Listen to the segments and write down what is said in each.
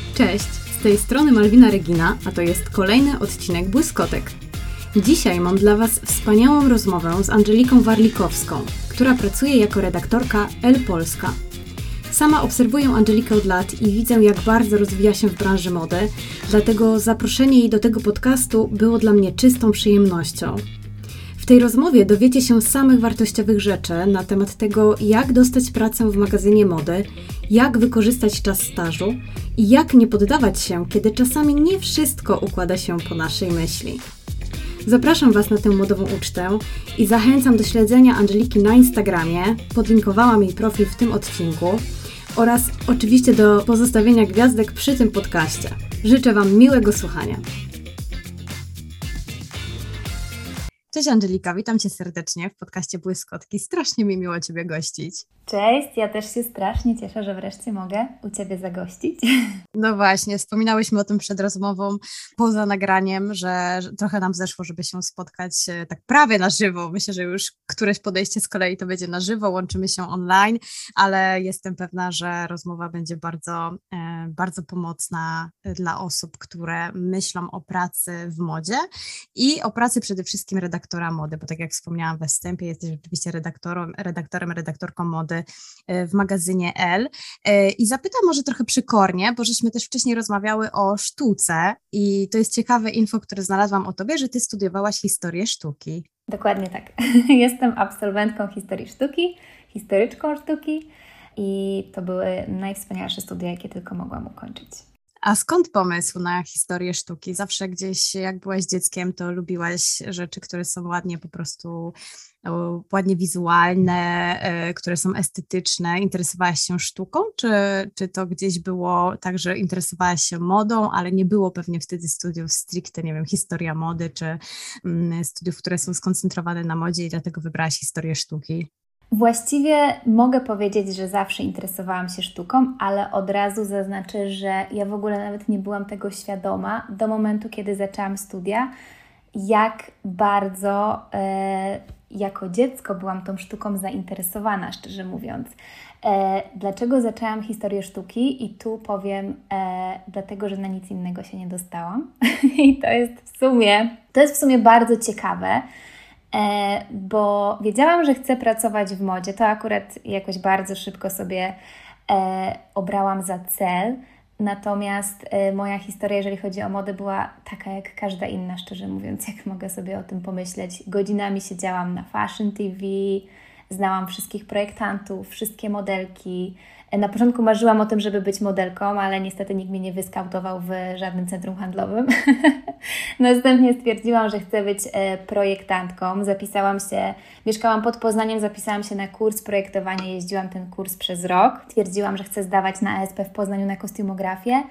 Cześć, z tej strony Malwina Regina, a to jest kolejny odcinek Błyskotek. Dzisiaj mam dla Was wspaniałą rozmowę z Angeliką Warlikowską, która pracuje jako redaktorka Elle Polska. Sama obserwuję Angelikę od lat i widzę, jak bardzo rozwija się w branży mody, dlatego zaproszenie jej do tego podcastu było dla mnie czystą przyjemnością. W tej rozmowie dowiecie się samych wartościowych rzeczy na temat tego, jak dostać pracę w magazynie mody, jak wykorzystać czas stażu i jak nie poddawać się, kiedy czasami nie wszystko układa się po naszej myśli. Zapraszam Was na tę modową ucztę i zachęcam do śledzenia Angeliki na Instagramie, podlinkowałam jej profil w tym odcinku, oraz oczywiście do pozostawienia gwiazdek przy tym podcaście. Życzę Wam miłego słuchania. Cześć Angelika, witam Cię serdecznie w podcaście Błyskotki. Strasznie mi miło Ciebie gościć. Cześć, ja też się strasznie cieszę, że wreszcie mogę u Ciebie zagościć. No właśnie, wspominałyśmy o tym przed rozmową, poza nagraniem, że trochę nam zeszło, żeby się spotkać tak prawie na żywo. Myślę, że już któreś podejście z kolei to będzie na żywo, łączymy się online, ale jestem pewna, że rozmowa będzie bardzo pomocna dla osób, które myślą o pracy w modzie i o pracy przede wszystkim redaktora mody, bo tak jak wspomniałam we wstępie, jesteś oczywiście redaktorką mody w magazynie Elle. I zapytam może trochę przykornie, bo żeśmy też wcześniej rozmawiały o sztuce i to jest ciekawe info, które znalazłam o Tobie, że Ty studiowałaś historię sztuki. Dokładnie tak. Jestem absolwentką historii sztuki, historyczką sztuki i to były najwspanialsze studia, jakie tylko mogłam ukończyć. A skąd pomysł na historię sztuki? Zawsze gdzieś, jak byłaś dzieckiem, to lubiłaś rzeczy, które są ładnie wizualne, które są estetyczne. Interesowałaś się sztuką, czy to gdzieś było tak, że interesowałaś się modą, ale nie było pewnie wtedy studiów stricte, nie wiem, historia mody, czy studiów, które są skoncentrowane na modzie i dlatego wybrałaś historię sztuki? Właściwie mogę powiedzieć, że zawsze interesowałam się sztuką, ale od razu zaznaczę, że ja w ogóle nawet nie byłam tego świadoma do momentu, kiedy zaczęłam studia, jak bardzo jako dziecko byłam tą sztuką zainteresowana, szczerze mówiąc. Dlaczego zaczęłam historię sztuki? I tu powiem, dlatego, że na nic innego się nie dostałam. I to jest w sumie bardzo ciekawe, bo wiedziałam, że chcę pracować w modzie. To akurat jakoś bardzo szybko sobie obrałam za cel. Natomiast moja historia, jeżeli chodzi o modę, była taka jak każda inna, szczerze mówiąc, jak mogę sobie o tym pomyśleć. Godzinami siedziałam na Fashion TV, znałam wszystkich projektantów, wszystkie modelki. Na początku marzyłam o tym, żeby być modelką, ale niestety nikt mnie nie wyskautował w żadnym centrum handlowym. Następnie stwierdziłam, że chcę być projektantką. Mieszkałam pod Poznaniem, zapisałam się na kurs projektowania, jeździłam ten kurs przez rok. Twierdziłam, że chcę zdawać na ASP w Poznaniu na kostiumografię.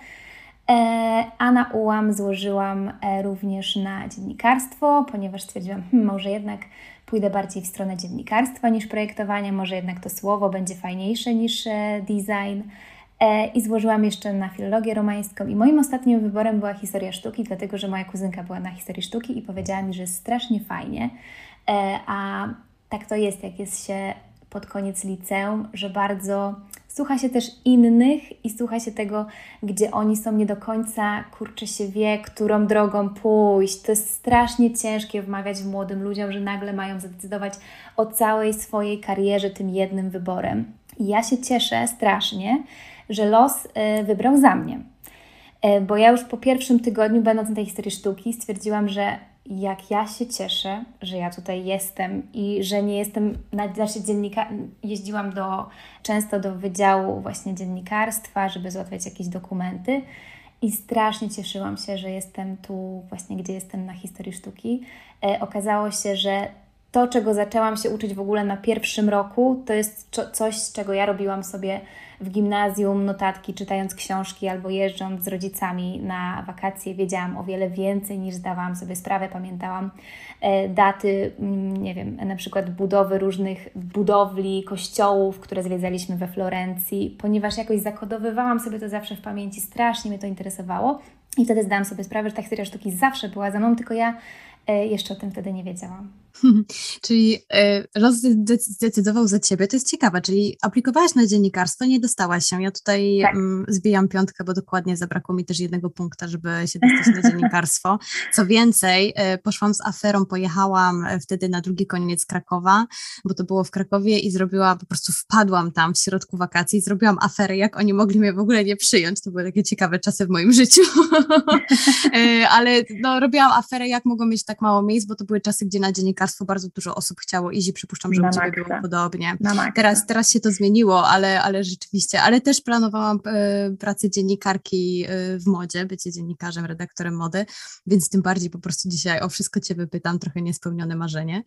A na UAM złożyłam również na dziennikarstwo, ponieważ stwierdziłam, może jednak pójdę bardziej w stronę dziennikarstwa niż projektowania, może jednak to słowo będzie fajniejsze niż design. I złożyłam jeszcze na filologię romańską i moim ostatnim wyborem była historia sztuki, dlatego że moja kuzynka była na historii sztuki i powiedziała mi, że jest strasznie fajnie. A tak to jest, jak jest się pod koniec liceum, że bardzo słucha się też innych i słucha się tego, gdzie oni są, nie do końca się wie, którą drogą pójść. To jest strasznie ciężkie wmawiać młodym ludziom, że nagle mają zadecydować o całej swojej karierze tym jednym wyborem. I ja się cieszę strasznie, że los wybrał za mnie. Bo ja już po pierwszym tygodniu, będąc na tej historii sztuki, stwierdziłam, że jak ja się cieszę, że ja tutaj jestem i że nie jestem, jeździłam często do wydziału właśnie dziennikarstwa, żeby załatwiać jakieś dokumenty i strasznie cieszyłam się, że jestem tu właśnie, gdzie jestem na historii sztuki. Okazało się, że to, czego zaczęłam się uczyć w ogóle na pierwszym roku, to jest coś, z czego ja robiłam sobie w gimnazjum notatki, czytając książki albo jeżdżąc z rodzicami na wakacje. Wiedziałam o wiele więcej niż zdawałam sobie sprawę. Pamiętałam daty, nie wiem, na przykład budowy różnych budowli, kościołów, które zwiedzaliśmy we Florencji, ponieważ jakoś zakodowywałam sobie to zawsze w pamięci, strasznie mnie to interesowało i wtedy zdałam sobie sprawę, że ta historia sztuki zawsze była za mną, tylko ja jeszcze o tym wtedy nie wiedziałam. Czyli los zdecydował za ciebie, to jest ciekawe, czyli aplikowałaś na dziennikarstwo, nie dostałaś się. Ja tutaj Tak. zbijam piątkę, bo dokładnie zabrakło mi też 1 punkta, żeby się dostać na dziennikarstwo. Co więcej, poszłam z aferą, pojechałam wtedy na drugi koniec Krakowa, bo to było w Krakowie i po prostu wpadłam tam w środku wakacji, zrobiłam aferę, jak oni mogli mnie w ogóle nie przyjąć. To były takie ciekawe czasy w moim życiu. Ale no, robiłam aferę, jak mogło mieć tak mało miejsc, bo to były czasy, gdzie na dziennikarstwo bardzo dużo osób chciało iść i przypuszczam, że u ciebie było podobnie. Teraz się to zmieniło, ale rzeczywiście, ale też planowałam pracę dziennikarki w modzie, bycie dziennikarzem, redaktorem mody, więc tym bardziej po prostu dzisiaj o wszystko cię wypytam, trochę niespełnione marzenie.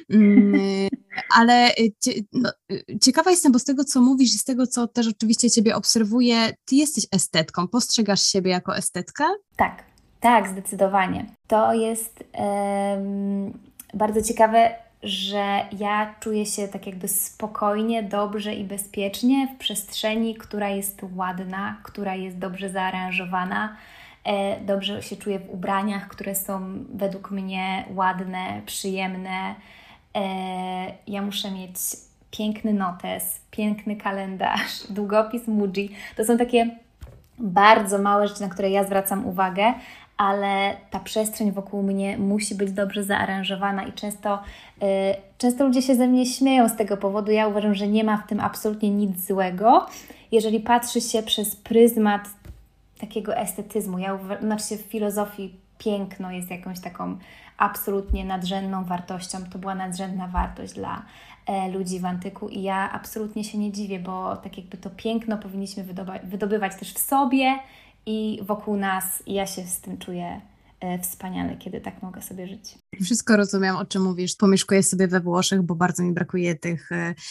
Ale ciekawa jestem, bo z tego, co mówisz i z tego, co też oczywiście ciebie obserwuję, ty jesteś estetką, postrzegasz siebie jako estetkę? Tak, zdecydowanie. To jest bardzo ciekawe, że ja czuję się tak jakby spokojnie, dobrze i bezpiecznie w przestrzeni, która jest ładna, która jest dobrze zaaranżowana. Dobrze się czuję w ubraniach, które są według mnie ładne, przyjemne. Ja muszę mieć piękny notes, piękny kalendarz, długopis Muji. To są takie bardzo małe rzeczy, na które ja zwracam uwagę, ale ta przestrzeń wokół mnie musi być dobrze zaaranżowana i często ludzie się ze mnie śmieją z tego powodu. Ja uważam, że nie ma w tym absolutnie nic złego, jeżeli patrzy się przez pryzmat takiego estetyzmu. Znaczy w filozofii piękno jest jakąś taką absolutnie nadrzędną wartością. To była nadrzędna wartość dla ludzi w antyku i ja absolutnie się nie dziwię, bo tak jakby to piękno powinniśmy wydobywać też w sobie i wokół nas i ja się z tym czuję wspaniale, kiedy tak mogę sobie żyć. Wszystko rozumiem, o czym mówisz. Pomieszkuję sobie we Włoszech, bo bardzo mi brakuje tych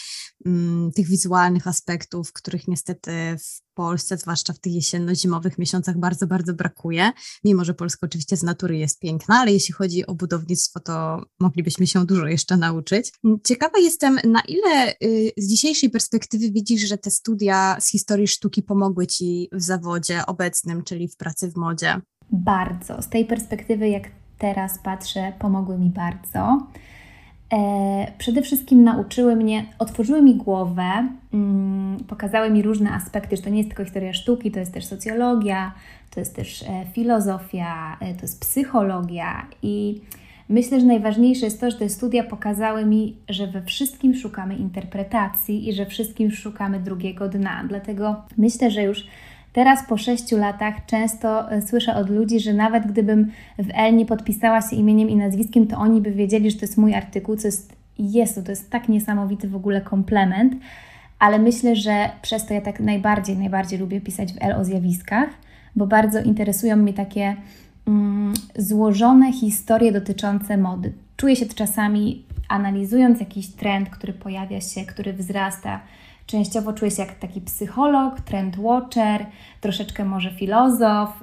wizualnych aspektów, których niestety w Polsce, zwłaszcza w tych jesienno-zimowych miesiącach bardzo, bardzo brakuje. Mimo że Polska oczywiście z natury jest piękna, ale jeśli chodzi o budownictwo, to moglibyśmy się dużo jeszcze nauczyć. Ciekawa jestem, na ile z dzisiejszej perspektywy widzisz, że te studia z historii sztuki pomogły Ci w zawodzie obecnym, czyli w pracy w modzie? Bardzo. Z tej perspektywy, jak teraz patrzę, pomogły mi bardzo. Przede wszystkim nauczyły mnie, otworzyły mi głowę, pokazały mi różne aspekty, że to nie jest tylko historia sztuki, to jest też socjologia, to jest też filozofia, to jest psychologia i myślę, że najważniejsze jest to, że te studia pokazały mi, że we wszystkim szukamy interpretacji i że wszystkim szukamy drugiego dna. Dlatego myślę, że już teraz po 6 latach często słyszę od ludzi, że nawet gdybym w Elle nie podpisała się imieniem i nazwiskiem, to oni by wiedzieli, że to jest mój artykuł, co to jest tak niesamowity w ogóle komplement, ale myślę, że przez to ja tak najbardziej lubię pisać w Elle o zjawiskach, bo bardzo interesują mnie takie złożone historie dotyczące mody. Czuję się czasami, analizując jakiś trend, który pojawia się, który wzrasta, częściowo czuję się jak taki psycholog, trend watcher, troszeczkę może filozof.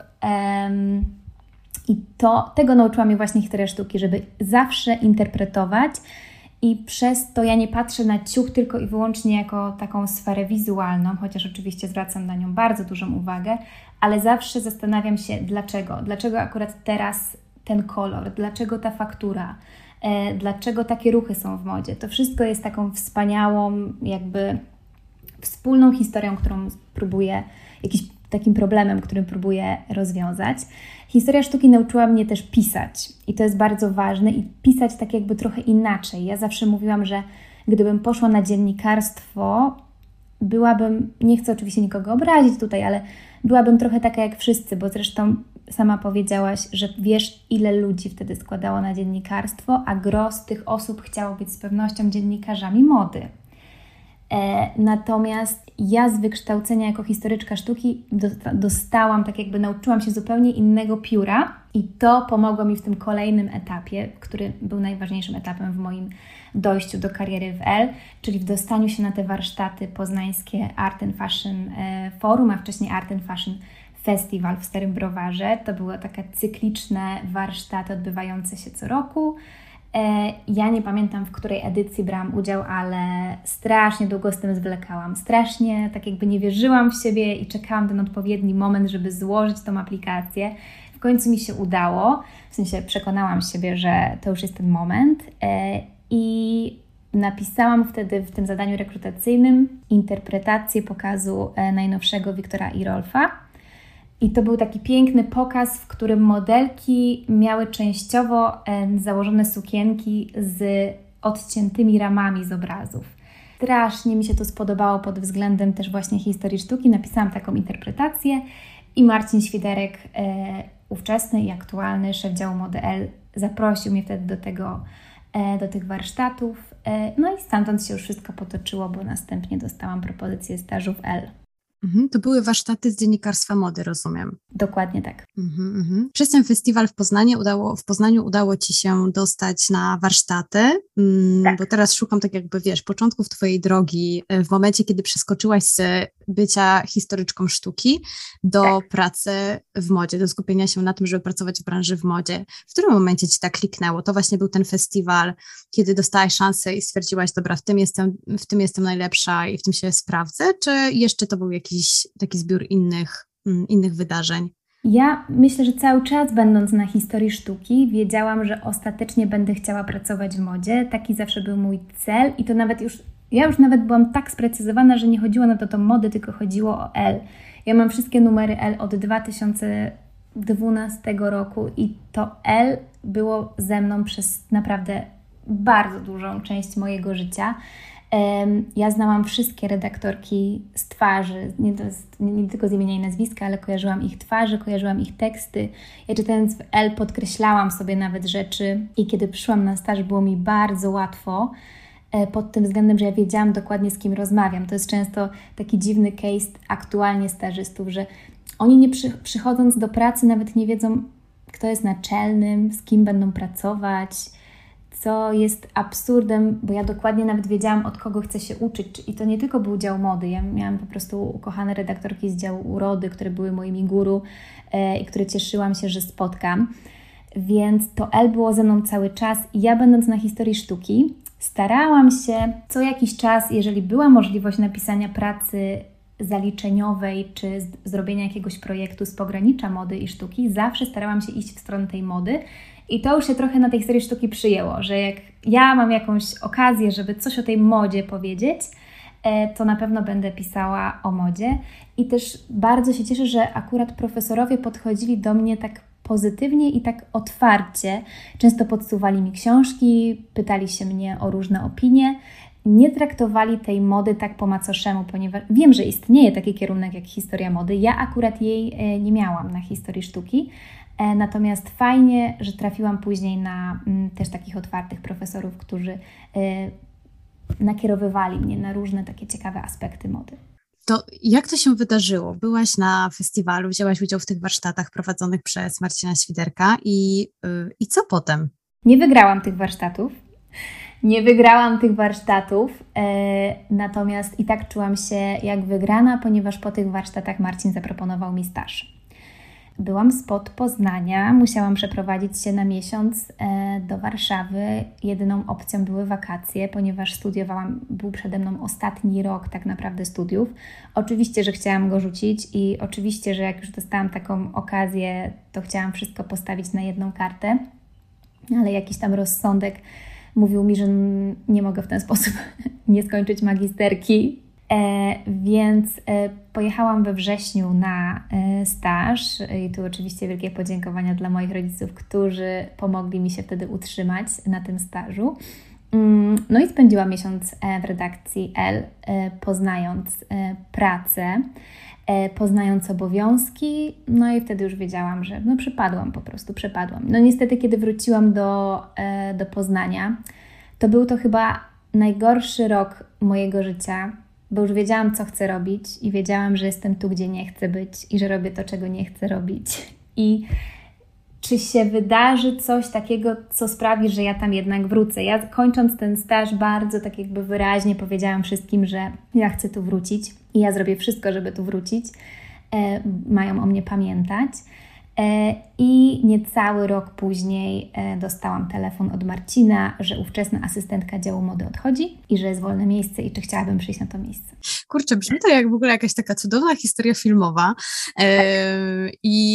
I tego nauczyła mnie właśnie historia sztuki, żeby zawsze interpretować i przez to ja nie patrzę na ciuch tylko i wyłącznie jako taką sferę wizualną, chociaż oczywiście zwracam na nią bardzo dużą uwagę, ale zawsze zastanawiam się dlaczego. Dlaczego akurat teraz ten kolor, dlaczego ta faktura, dlaczego takie ruchy są w modzie. To wszystko jest taką wspaniałą jakby wspólną historią, którą próbuję, takim problemem, który próbuję rozwiązać. Historia sztuki nauczyła mnie też pisać i to jest bardzo ważne i pisać tak jakby trochę inaczej. Ja zawsze mówiłam, że gdybym poszła na dziennikarstwo, nie chcę oczywiście nikogo obrazić tutaj, ale byłabym trochę taka jak wszyscy, bo zresztą sama powiedziałaś, że wiesz, ile ludzi wtedy składało na dziennikarstwo, a gros tych osób chciało być z pewnością dziennikarzami mody. Natomiast ja z wykształcenia jako historyczka sztuki dostałam, tak jakby nauczyłam się zupełnie innego pióra i to pomogło mi w tym kolejnym etapie, który był najważniejszym etapem w moim dojściu do kariery w Elle, czyli w dostaniu się na te warsztaty poznańskie Art and Fashion Forum, a wcześniej Art and Fashion Festival w Starym Browarze. To były takie cykliczne warsztaty odbywające się co roku. Ja nie pamiętam, w której edycji brałam udział, ale strasznie długo z tym zwlekałam. Strasznie tak jakby nie wierzyłam w siebie i czekałam ten odpowiedni moment, żeby złożyć tą aplikację. W końcu mi się udało, w sensie przekonałam siebie, że to już jest ten moment i napisałam wtedy w tym zadaniu rekrutacyjnym interpretację pokazu najnowszego Wiktora i Rolfa. I to był taki piękny pokaz, w którym modelki miały częściowo założone sukienki z odciętymi ramami z obrazów. Strasznie mi się to spodobało pod względem też właśnie historii sztuki. Napisałam taką interpretację i Marcin Świderek, ówczesny i aktualny szef działu mody Elle, zaprosił mnie wtedy do tych warsztatów. No i stamtąd się już wszystko potoczyło, bo następnie dostałam propozycję stażu w Elle. To były warsztaty z dziennikarstwa mody, rozumiem. Dokładnie tak. Przez ten festiwal w Poznaniu udało Ci się dostać na warsztaty, Tak. Bo teraz szukam tak jakby, początków Twojej drogi, w momencie, kiedy przeskoczyłaś z bycia historyczką sztuki do pracy w modzie, do skupienia się na tym, żeby pracować w branży w modzie. W którym momencie Ci tak kliknęło? To właśnie był ten festiwal, kiedy dostałaś szansę i stwierdziłaś, dobra, w tym jestem najlepsza i w tym się sprawdzę, czy jeszcze to był jakiś taki zbiór innych wydarzeń? Ja myślę, że cały czas będąc na historii sztuki wiedziałam, że ostatecznie będę chciała pracować w modzie. Taki zawsze był mój cel i to ja już nawet byłam tak sprecyzowana, że nie chodziło na to mody, tylko chodziło o Elle. Ja mam wszystkie numery Elle od 2012 roku i to Elle było ze mną przez naprawdę bardzo dużą część mojego życia. Ja znałam wszystkie redaktorki z twarzy, nie tylko z imienia i nazwiska, ale kojarzyłam ich twarze, kojarzyłam ich teksty. Ja czytając w Elle podkreślałam sobie nawet rzeczy i kiedy przyszłam na staż, było mi bardzo łatwo pod tym względem, że ja wiedziałam dokładnie, z kim rozmawiam. To jest często taki dziwny case aktualnie stażystów, że oni nie przychodząc do pracy nawet nie wiedzą, kto jest naczelnym, z kim będą pracować, co jest absurdem, bo ja dokładnie nawet wiedziałam, od kogo chcę się uczyć. I to nie tylko był dział mody. Ja miałam po prostu ukochane redaktorki z działu urody, które były moimi guru i które cieszyłam się, że spotkam. Więc to Elle było ze mną cały czas i ja będąc na historii sztuki starałam się co jakiś czas, jeżeli była możliwość napisania pracy zaliczeniowej czy zrobienia jakiegoś projektu z pogranicza mody i sztuki, zawsze starałam się iść w stronę tej mody. I to już się trochę na tej historii sztuki przyjęło, że jak ja mam jakąś okazję, żeby coś o tej modzie powiedzieć, to na pewno będę pisała o modzie. I też bardzo się cieszę, że akurat profesorowie podchodzili do mnie tak pozytywnie i tak otwarcie. Często podsuwali mi książki, pytali się mnie o różne opinie. Nie traktowali tej mody tak po macoszemu, ponieważ wiem, że istnieje taki kierunek jak historia mody. Ja akurat jej nie miałam na historii sztuki. Natomiast fajnie, że trafiłam później na też takich otwartych profesorów, którzy nakierowywali mnie na różne takie ciekawe aspekty mody. To jak to się wydarzyło? Byłaś na festiwalu, wzięłaś udział w tych warsztatach prowadzonych przez Marcina Świderka i co potem? Nie wygrałam tych warsztatów, natomiast i tak czułam się jak wygrana, ponieważ po tych warsztatach Marcin zaproponował mi staż. Byłam spod Poznania, musiałam przeprowadzić się na miesiąc do Warszawy. Jedyną opcją były wakacje, ponieważ studiowałam, był przede mną ostatni rok tak naprawdę studiów. Oczywiście, że chciałam go rzucić i oczywiście, że jak już dostałam taką okazję, to chciałam wszystko postawić na jedną kartę, ale jakiś tam rozsądek mówił mi, że nie mogę w ten sposób nie skończyć magisterki. Więc pojechałam we wrześniu na staż i tu oczywiście wielkie podziękowania dla moich rodziców, którzy pomogli mi się wtedy utrzymać na tym stażu. No i spędziłam miesiąc w redakcji Elle, poznając pracę, poznając obowiązki, no i wtedy już wiedziałam, że przepadłam. No niestety, kiedy wróciłam do Poznania, to był to chyba najgorszy rok mojego życia, bo już wiedziałam, co chcę robić i wiedziałam, że jestem tu, gdzie nie chcę być i że robię to, czego nie chcę robić. I czy się wydarzy coś takiego, co sprawi, że ja tam jednak wrócę. Ja kończąc ten staż bardzo tak jakby wyraźnie powiedziałam wszystkim, że ja chcę tu wrócić i ja zrobię wszystko, żeby tu wrócić. Mają o mnie pamiętać. I niecały rok później dostałam telefon od Marcina, że ówczesna asystentka działu mody odchodzi i że jest wolne miejsce i czy chciałabym przyjść na to miejsce. Kurczę, brzmi to jak w ogóle jakaś taka cudowna historia filmowa. I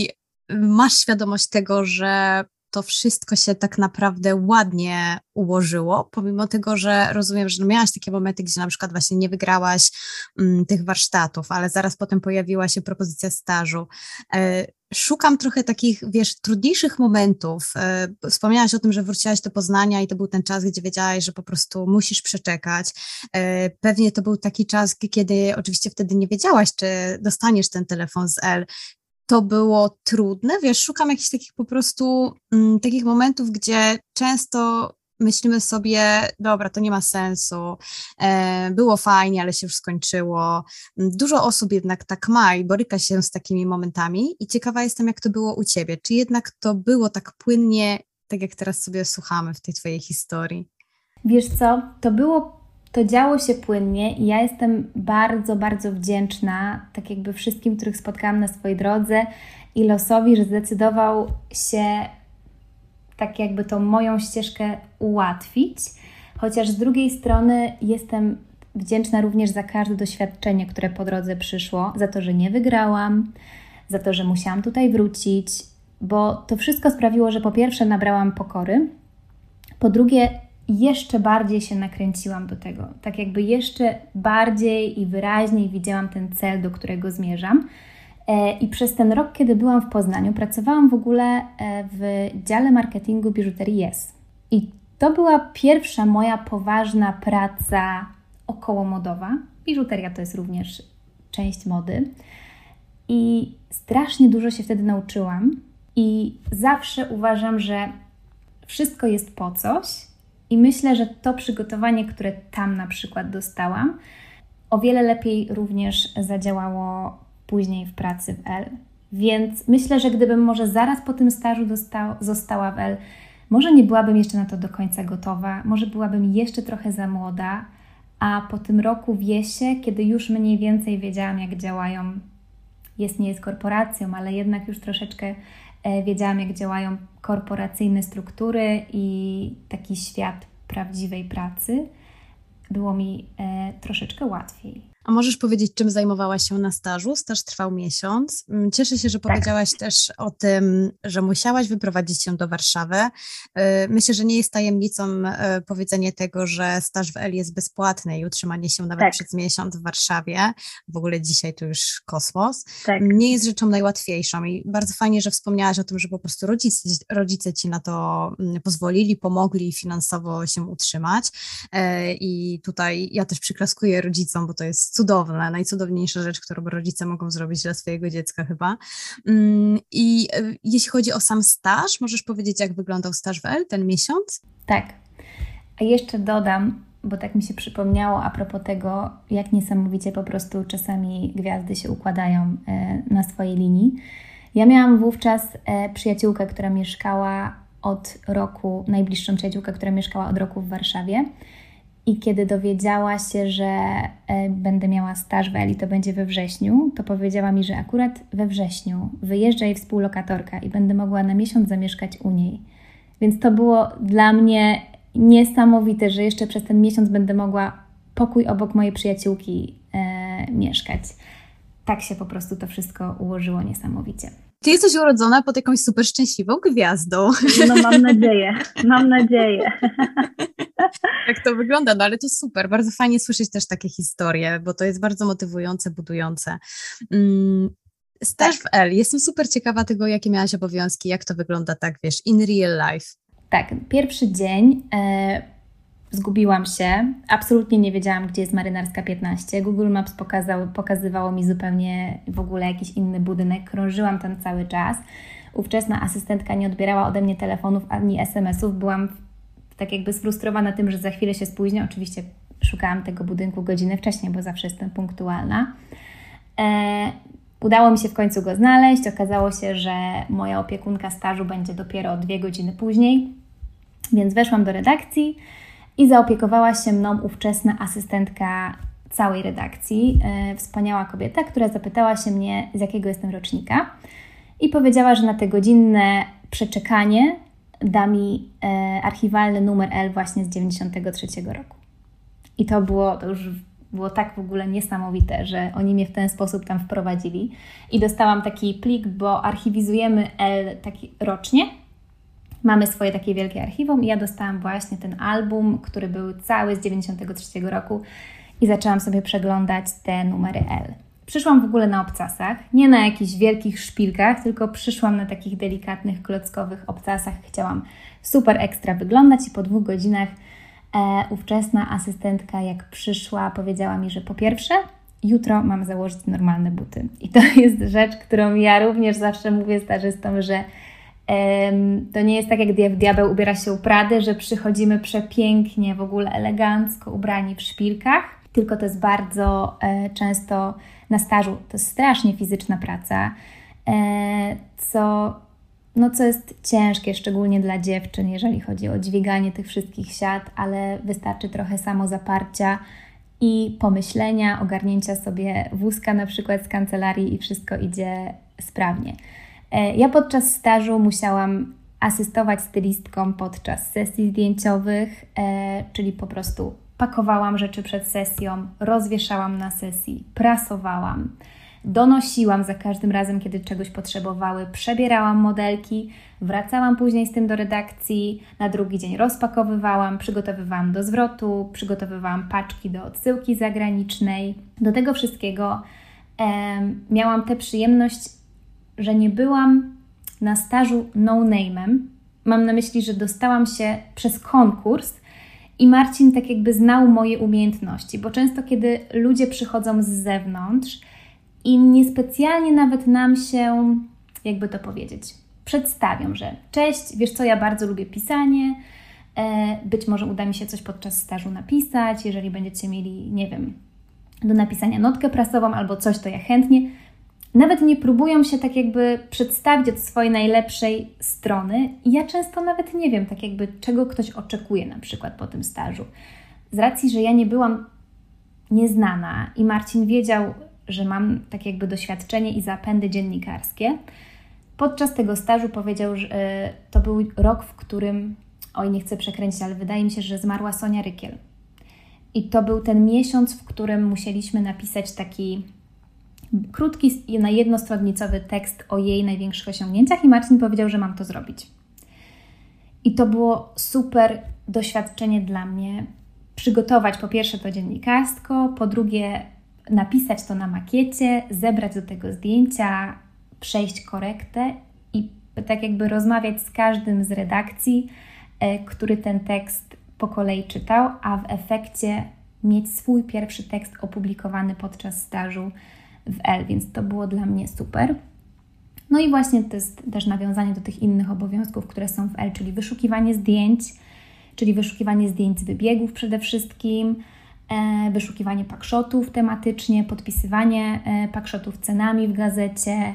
masz świadomość tego, że to wszystko się tak naprawdę ładnie ułożyło, pomimo tego, że rozumiem, że miałaś takie momenty, gdzie na przykład właśnie nie wygrałaś tych warsztatów, ale zaraz potem pojawiła się propozycja stażu. Szukam trochę takich, trudniejszych momentów. Wspomniałaś o tym, że wróciłaś do Poznania i to był ten czas, gdzie wiedziałaś, że po prostu musisz przeczekać. Pewnie to był taki czas, kiedy oczywiście wtedy nie wiedziałaś, czy dostaniesz ten telefon z L. To było trudne, szukam jakichś takich po prostu takich momentów, gdzie często myślimy sobie, dobra, to nie ma sensu, było fajnie, ale się już skończyło. Dużo osób jednak tak ma i boryka się z takimi momentami i ciekawa jestem, jak to było u Ciebie. Czy jednak to było tak płynnie, tak jak teraz sobie słuchamy w tej Twojej historii? Wiesz co, to działo się płynnie i ja jestem bardzo, bardzo wdzięczna tak jakby wszystkim, których spotkałam na swojej drodze i losowi, że zdecydował się tak jakby tą moją ścieżkę ułatwić, chociaż z drugiej strony jestem wdzięczna również za każde doświadczenie, które po drodze przyszło, za to, że nie wygrałam, za to, że musiałam tutaj wrócić, bo to wszystko sprawiło, że po pierwsze nabrałam pokory, po drugie jeszcze bardziej się nakręciłam do tego, tak jakby jeszcze bardziej i wyraźniej widziałam ten cel, do którego zmierzam. I przez ten rok, kiedy byłam w Poznaniu, pracowałam w ogóle w dziale marketingu biżuterii Yes. I to była pierwsza moja poważna praca okołomodowa. Biżuteria to jest również część mody. I strasznie dużo się wtedy nauczyłam. I zawsze uważam, że wszystko jest po coś. I myślę, że to przygotowanie, które tam na przykład dostałam, o wiele lepiej również zadziałało później w pracy w L. Więc myślę, że gdybym może zaraz po tym stażu została w L, może nie byłabym jeszcze na to do końca gotowa, może byłabym jeszcze trochę za młoda, a po tym roku w Yesie, kiedy już mniej więcej wiedziałam, jak działają, Yes nie jest korporacją, ale jednak już troszeczkę wiedziałam, jak działają korporacyjne struktury i taki świat prawdziwej pracy, było mi troszeczkę łatwiej. A możesz powiedzieć, czym zajmowałaś się na stażu? Staż trwał miesiąc. Cieszę się, że powiedziałaś też o tym, że musiałaś wyprowadzić się do Warszawy. Myślę, że nie jest tajemnicą powiedzenie tego, że staż w L jest bezpłatny i utrzymanie się nawet przez miesiąc w Warszawie, w ogóle dzisiaj to już kosmos, nie jest rzeczą najłatwiejszą i bardzo fajnie, że wspomniałaś o tym, że po prostu rodzice Ci na to pozwolili, pomogli finansowo się utrzymać i tutaj ja też przyklaskuję rodzicom, bo to jest cudowne, najcudowniejsza rzecz, którą rodzice mogą zrobić dla swojego dziecka chyba. I jeśli chodzi o sam staż, możesz powiedzieć, jak wyglądał staż w L ten miesiąc? Tak. A jeszcze dodam, bo tak mi się przypomniało a propos tego, jak niesamowicie po prostu czasami gwiazdy się układają na swojej linii. Ja miałam wówczas przyjaciółkę, która mieszkała od roku, najbliższą przyjaciółkę, która mieszkała od roku w Warszawie. I kiedy dowiedziała się, że będę miała staż w L i to będzie we wrześniu, to powiedziała mi, że akurat we wrześniu wyjeżdża jej współlokatorka i będę mogła na miesiąc zamieszkać u niej. Więc to było dla mnie niesamowite, że jeszcze przez ten miesiąc będę mogła pokój obok mojej przyjaciółki mieszkać. Tak się po prostu to wszystko ułożyło niesamowicie. Ty jesteś urodzona pod jakąś super szczęśliwą gwiazdą. No mam nadzieję. Jak to wygląda, no ale to super, bardzo fajnie słyszeć też takie historie, bo to jest bardzo motywujące, budujące. Staż w L, jestem super ciekawa tego, jakie miałaś obowiązki, jak to wygląda tak, in real life. Tak, pierwszy dzień zgubiłam się, absolutnie nie wiedziałam, gdzie jest Marynarska 15. Google Maps pokazywało mi zupełnie w ogóle jakiś inny budynek, krążyłam tam cały czas. Ówczesna asystentka nie odbierała ode mnie telefonów ani SMS-ów, byłam tak jakby sfrustrowana tym, że za chwilę się spóźnię. Oczywiście szukałam tego budynku godzinę wcześniej, bo zawsze jestem punktualna. Udało mi się w końcu go znaleźć. Okazało się, że moja opiekunka stażu będzie dopiero 2 godziny później, więc weszłam do redakcji i zaopiekowała się mną ówczesna asystentka całej redakcji. Wspaniała kobieta, która zapytała się mnie, z jakiego jestem rocznika i powiedziała, że na te godzinne przeczekanie da mi archiwalny numer L właśnie z 93 roku. I to już było tak w ogóle niesamowite, że oni mnie w ten sposób tam wprowadzili. I dostałam taki plik, bo archiwizujemy L taki rocznie. Mamy swoje takie wielkie archiwum i ja dostałam właśnie ten album, który był cały z 93 roku i zaczęłam sobie przeglądać te numery L. Przyszłam w ogóle na obcasach, nie na jakichś wielkich szpilkach, tylko przyszłam na takich delikatnych, klockowych obcasach. Chciałam super ekstra wyglądać i po 2 godzinach ówczesna asystentka, jak przyszła, powiedziała mi, że po pierwsze, jutro mam założyć normalne buty. I to jest rzecz, którą ja również zawsze mówię stażystom, że to nie jest tak, jak diabeł ubiera się u Prady, że przychodzimy przepięknie, w ogóle elegancko ubrani w szpilkach, tylko to jest bardzo często na stażu, to jest strasznie fizyczna praca, co jest ciężkie, szczególnie dla dziewczyn, jeżeli chodzi o dźwiganie tych wszystkich siat, ale wystarczy trochę samozaparcia i pomyślenia, ogarnięcia sobie wózka na przykład z kancelarii i wszystko idzie sprawnie. Ja podczas stażu musiałam asystować stylistkom podczas sesji zdjęciowych, czyli po prostu pakowałam rzeczy przed sesją, rozwieszałam na sesji, prasowałam, donosiłam za każdym razem, kiedy czegoś potrzebowały, przebierałam modelki, wracałam później z tym do redakcji, na drugi dzień rozpakowywałam, przygotowywałam do zwrotu, przygotowywałam paczki do odsyłki zagranicznej. Do tego wszystkiego miałam tę przyjemność, że nie byłam na stażu no-name'em. Mam na myśli, że dostałam się przez konkurs i Marcin tak jakby znał moje umiejętności, bo często kiedy ludzie przychodzą z zewnątrz i niespecjalnie nawet nam się, jakby to powiedzieć, przedstawią, że cześć, wiesz co, ja bardzo lubię pisanie, być może uda mi się coś podczas stażu napisać, jeżeli będziecie mieli, nie wiem, do napisania notkę prasową albo coś, to ja chętnie. Nawet nie próbują się tak jakby przedstawić od swojej najlepszej strony i ja często nawet nie wiem tak jakby czego ktoś oczekuje na przykład po tym stażu. Z racji, że ja nie byłam nieznana i Marcin wiedział, że mam tak jakby doświadczenie i zapędy dziennikarskie, podczas tego stażu powiedział, że to był rok, w którym, nie chcę przekręcić, ale wydaje mi się, że zmarła Sonia Rykiel. I to był ten miesiąc, w którym musieliśmy napisać taki krótki, na jednostronnicowy tekst o jej największych osiągnięciach i Marcin powiedział, że mam to zrobić. I to było super doświadczenie dla mnie. Przygotować po pierwsze to dziennikarsko, po drugie napisać to na makiecie, zebrać do tego zdjęcia, przejść korektę i tak jakby rozmawiać z każdym z redakcji, który ten tekst po kolei czytał, a w efekcie mieć swój pierwszy tekst opublikowany podczas stażu w L, więc to było dla mnie super. No i właśnie to jest też nawiązanie do tych innych obowiązków, które są w L, czyli wyszukiwanie zdjęć z wybiegów przede wszystkim, wyszukiwanie pakszotów tematycznie, podpisywanie pakszotów cenami w gazecie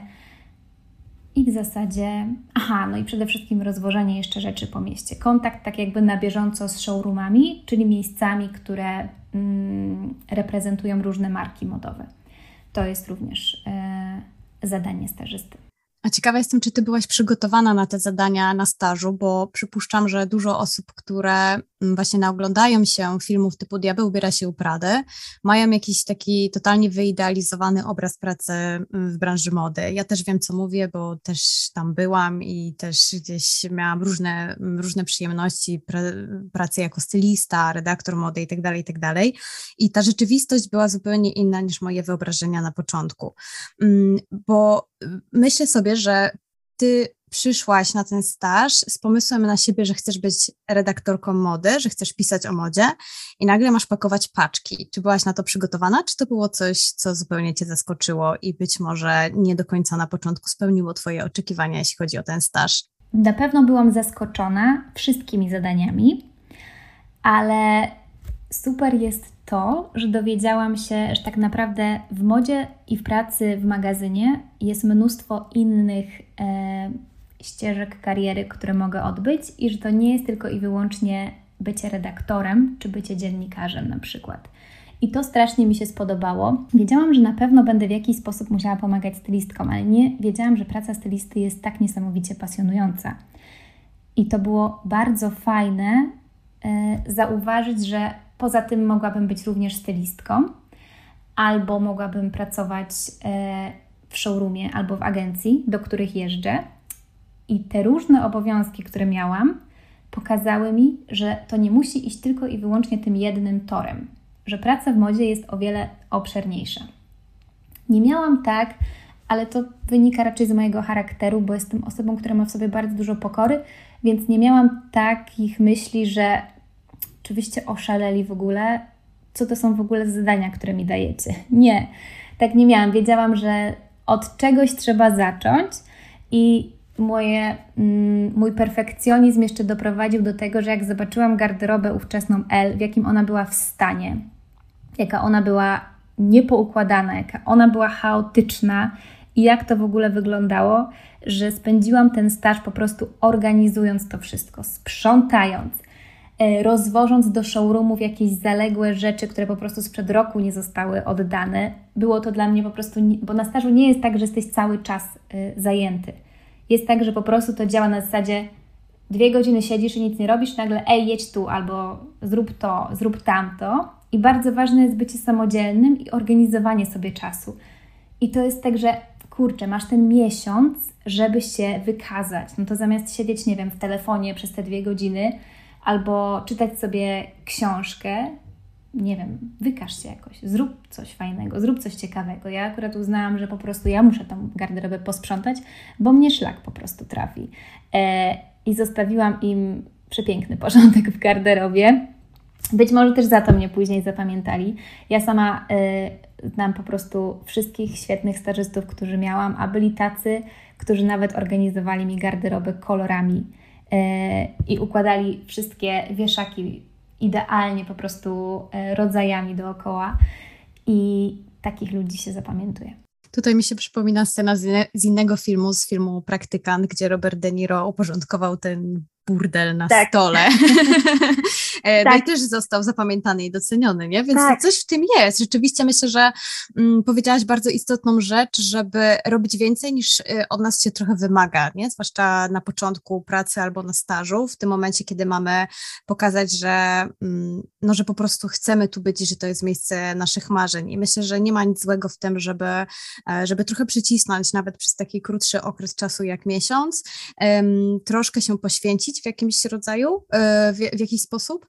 i w zasadzie, no i przede wszystkim rozwożenie jeszcze rzeczy po mieście. Kontakt tak jakby na bieżąco z showroomami, czyli miejscami, które reprezentują różne marki modowe. To jest również zadanie stażysty. A ciekawa jestem, czy Ty byłaś przygotowana na te zadania na stażu, bo przypuszczam, że dużo osób, które właśnie naoglądają się filmów typu Diabeł ubiera się u Prady, mają jakiś taki totalnie wyidealizowany obraz pracy w branży mody. Ja też wiem, co mówię, bo też tam byłam i też gdzieś miałam różne przyjemności pracy jako stylista, redaktor mody itd., itd. I ta rzeczywistość była zupełnie inna niż moje wyobrażenia na początku, bo myślę sobie, że Ty przyszłaś na ten staż z pomysłem na siebie, że chcesz być redaktorką mody, że chcesz pisać o modzie i nagle masz pakować paczki. Czy byłaś na to przygotowana, czy to było coś, co zupełnie Cię zaskoczyło i być może nie do końca na początku spełniło Twoje oczekiwania, jeśli chodzi o ten staż? Na pewno byłam zaskoczona wszystkimi zadaniami, ale super jest to, że dowiedziałam się, że tak naprawdę w modzie i w pracy w magazynie jest mnóstwo innych ścieżek kariery, które mogę odbyć i że to nie jest tylko i wyłącznie bycie redaktorem czy bycie dziennikarzem na przykład. I to strasznie mi się spodobało. Wiedziałam, że na pewno będę w jakiś sposób musiała pomagać stylistkom, ale nie wiedziałam, że praca stylisty jest tak niesamowicie pasjonująca. I to było bardzo fajne zauważyć, że poza tym mogłabym być również stylistką albo mogłabym pracować w showroomie albo w agencji, do których jeżdżę. I te różne obowiązki, które miałam, pokazały mi, że to nie musi iść tylko i wyłącznie tym jednym torem, że praca w modzie jest o wiele obszerniejsza. Nie miałam tak, ale to wynika raczej z mojego charakteru, bo jestem osobą, która ma w sobie bardzo dużo pokory, więc nie miałam takich myśli, że oczywiście oszaleli w ogóle, co to są w ogóle zadania, które mi dajecie. Nie, tak nie miałam. Wiedziałam, że od czegoś trzeba zacząć i mój perfekcjonizm jeszcze doprowadził do tego, że jak zobaczyłam garderobę ówczesną Elle, w jakim ona była w stanie, jaka ona była niepoukładana, jaka ona była chaotyczna i jak to w ogóle wyglądało, że spędziłam ten staż po prostu organizując to wszystko, sprzątając, rozwożąc do showroomów jakieś zaległe rzeczy, które po prostu sprzed roku nie zostały oddane. Było to dla mnie po prostu, bo na stażu nie jest tak, że jesteś cały czas zajęty. Jest tak, że po prostu to działa na zasadzie 2 godziny siedzisz i nic nie robisz, nagle jedź tu albo zrób to, zrób tamto. I bardzo ważne jest bycie samodzielnym i organizowanie sobie czasu. I to jest tak, że kurczę, masz ten miesiąc, żeby się wykazać. No to zamiast siedzieć, nie wiem, w telefonie przez te 2 godziny albo czytać sobie książkę, nie wiem, wykaż się jakoś, zrób coś fajnego, zrób coś ciekawego. Ja akurat uznałam, że po prostu ja muszę tą garderobę posprzątać, bo mnie szlak po prostu trafi. I zostawiłam im przepiękny porządek w garderobie. Być może też za to mnie później zapamiętali. Ja sama znam po prostu wszystkich świetnych stażystów, którzy miałam, a byli tacy, którzy nawet organizowali mi garderobę kolorami i układali wszystkie wieszaki idealnie po prostu rodzajami dookoła i takich ludzi się zapamiętuje. Tutaj mi się przypomina scena z innego filmu, z filmu Praktykant, gdzie Robert De Niro uporządkował ten burdel na stole. No i też został zapamiętany i doceniony, nie? Więc coś w tym jest. Rzeczywiście myślę, że powiedziałaś bardzo istotną rzecz, żeby robić więcej niż od nas się trochę wymaga, nie? Zwłaszcza na początku pracy albo na stażu, w tym momencie, kiedy mamy pokazać, że, no, że po prostu chcemy tu być i że to jest miejsce naszych marzeń. I myślę, że nie ma nic złego w tym, żeby trochę przycisnąć, nawet przez taki krótszy okres czasu jak miesiąc, troszkę się poświęcić w jakimś rodzaju, w jakiś sposób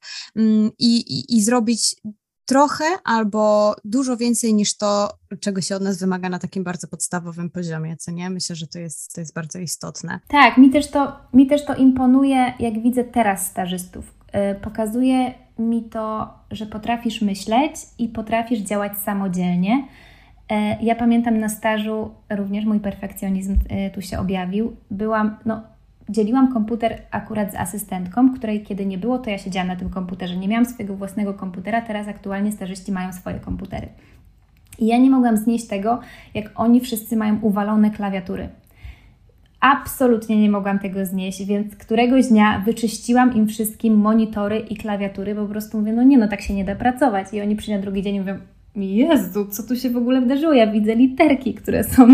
i zrobić trochę albo dużo więcej niż to, czego się od nas wymaga na takim bardzo podstawowym poziomie, co nie? Myślę, że to jest bardzo istotne. Tak, mi też to imponuje, jak widzę teraz stażystów. Pokazuje mi to, że potrafisz myśleć i potrafisz działać samodzielnie. Ja pamiętam na stażu również mój perfekcjonizm tu się objawił. Dzieliłam komputer akurat z asystentką, której kiedy nie było, to ja siedziałam na tym komputerze. Nie miałam swojego własnego komputera, teraz aktualnie stażyści mają swoje komputery. I ja nie mogłam znieść tego, jak oni wszyscy mają uwalone klawiatury. Absolutnie nie mogłam tego znieść, więc któregoś dnia wyczyściłam im wszystkim monitory i klawiatury, bo po prostu mówię, tak się nie da pracować. I oni przyjdą na drugi dzień i mówią, Jezu, co tu się w ogóle wydarzyło? Ja widzę literki, które są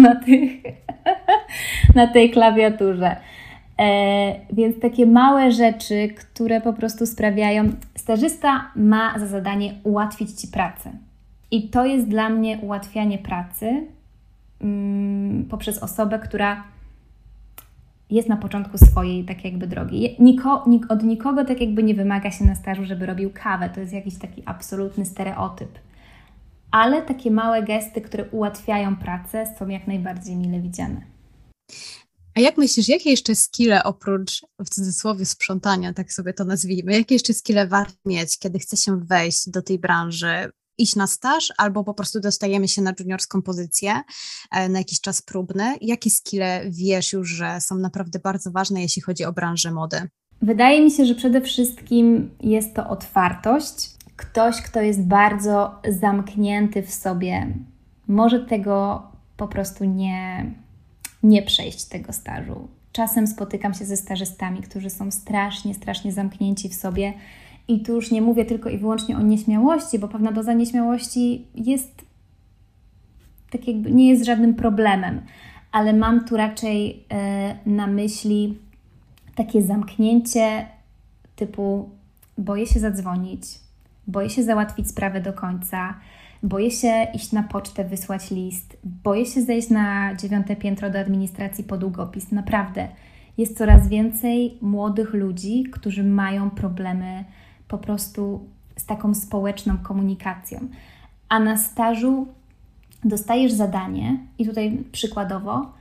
na tej klawiaturze. Więc takie małe rzeczy, które po prostu sprawiają, stażysta ma za zadanie ułatwić Ci pracę. I to jest dla mnie ułatwianie pracy poprzez osobę, która jest na początku swojej tak jakby drogi. Od nikogo tak jakby nie wymaga się na stażu, żeby robił kawę. To jest jakiś taki absolutny stereotyp. Ale takie małe gesty, które ułatwiają pracę, są jak najbardziej mile widziane. A jak myślisz, jakie jeszcze skille oprócz, w cudzysłowie, sprzątania, tak sobie to nazwijmy, jakie jeszcze skille warto mieć, kiedy chce się wejść do tej branży, iść na staż albo po prostu dostajemy się na juniorską pozycję na jakiś czas próbny? Jakie skille wiesz już, że są naprawdę bardzo ważne, jeśli chodzi o branżę mody? Wydaje mi się, że przede wszystkim jest to otwartość. Ktoś, kto jest bardzo zamknięty w sobie, może tego po prostu nie przejść tego stażu. Czasem spotykam się ze stażystami, którzy są strasznie, strasznie zamknięci w sobie i tu już nie mówię tylko i wyłącznie o nieśmiałości, bo pewna doza nieśmiałości jest tak jakby nie jest żadnym problemem, ale mam tu raczej na myśli takie zamknięcie typu boję się zadzwonić, boję się załatwić sprawę do końca, boję się iść na pocztę, wysłać list, boję się zejść na 9. piętro do administracji po długopis. Naprawdę, jest coraz więcej młodych ludzi, którzy mają problemy po prostu z taką społeczną komunikacją. A na stażu dostajesz zadanie i tutaj przykładowo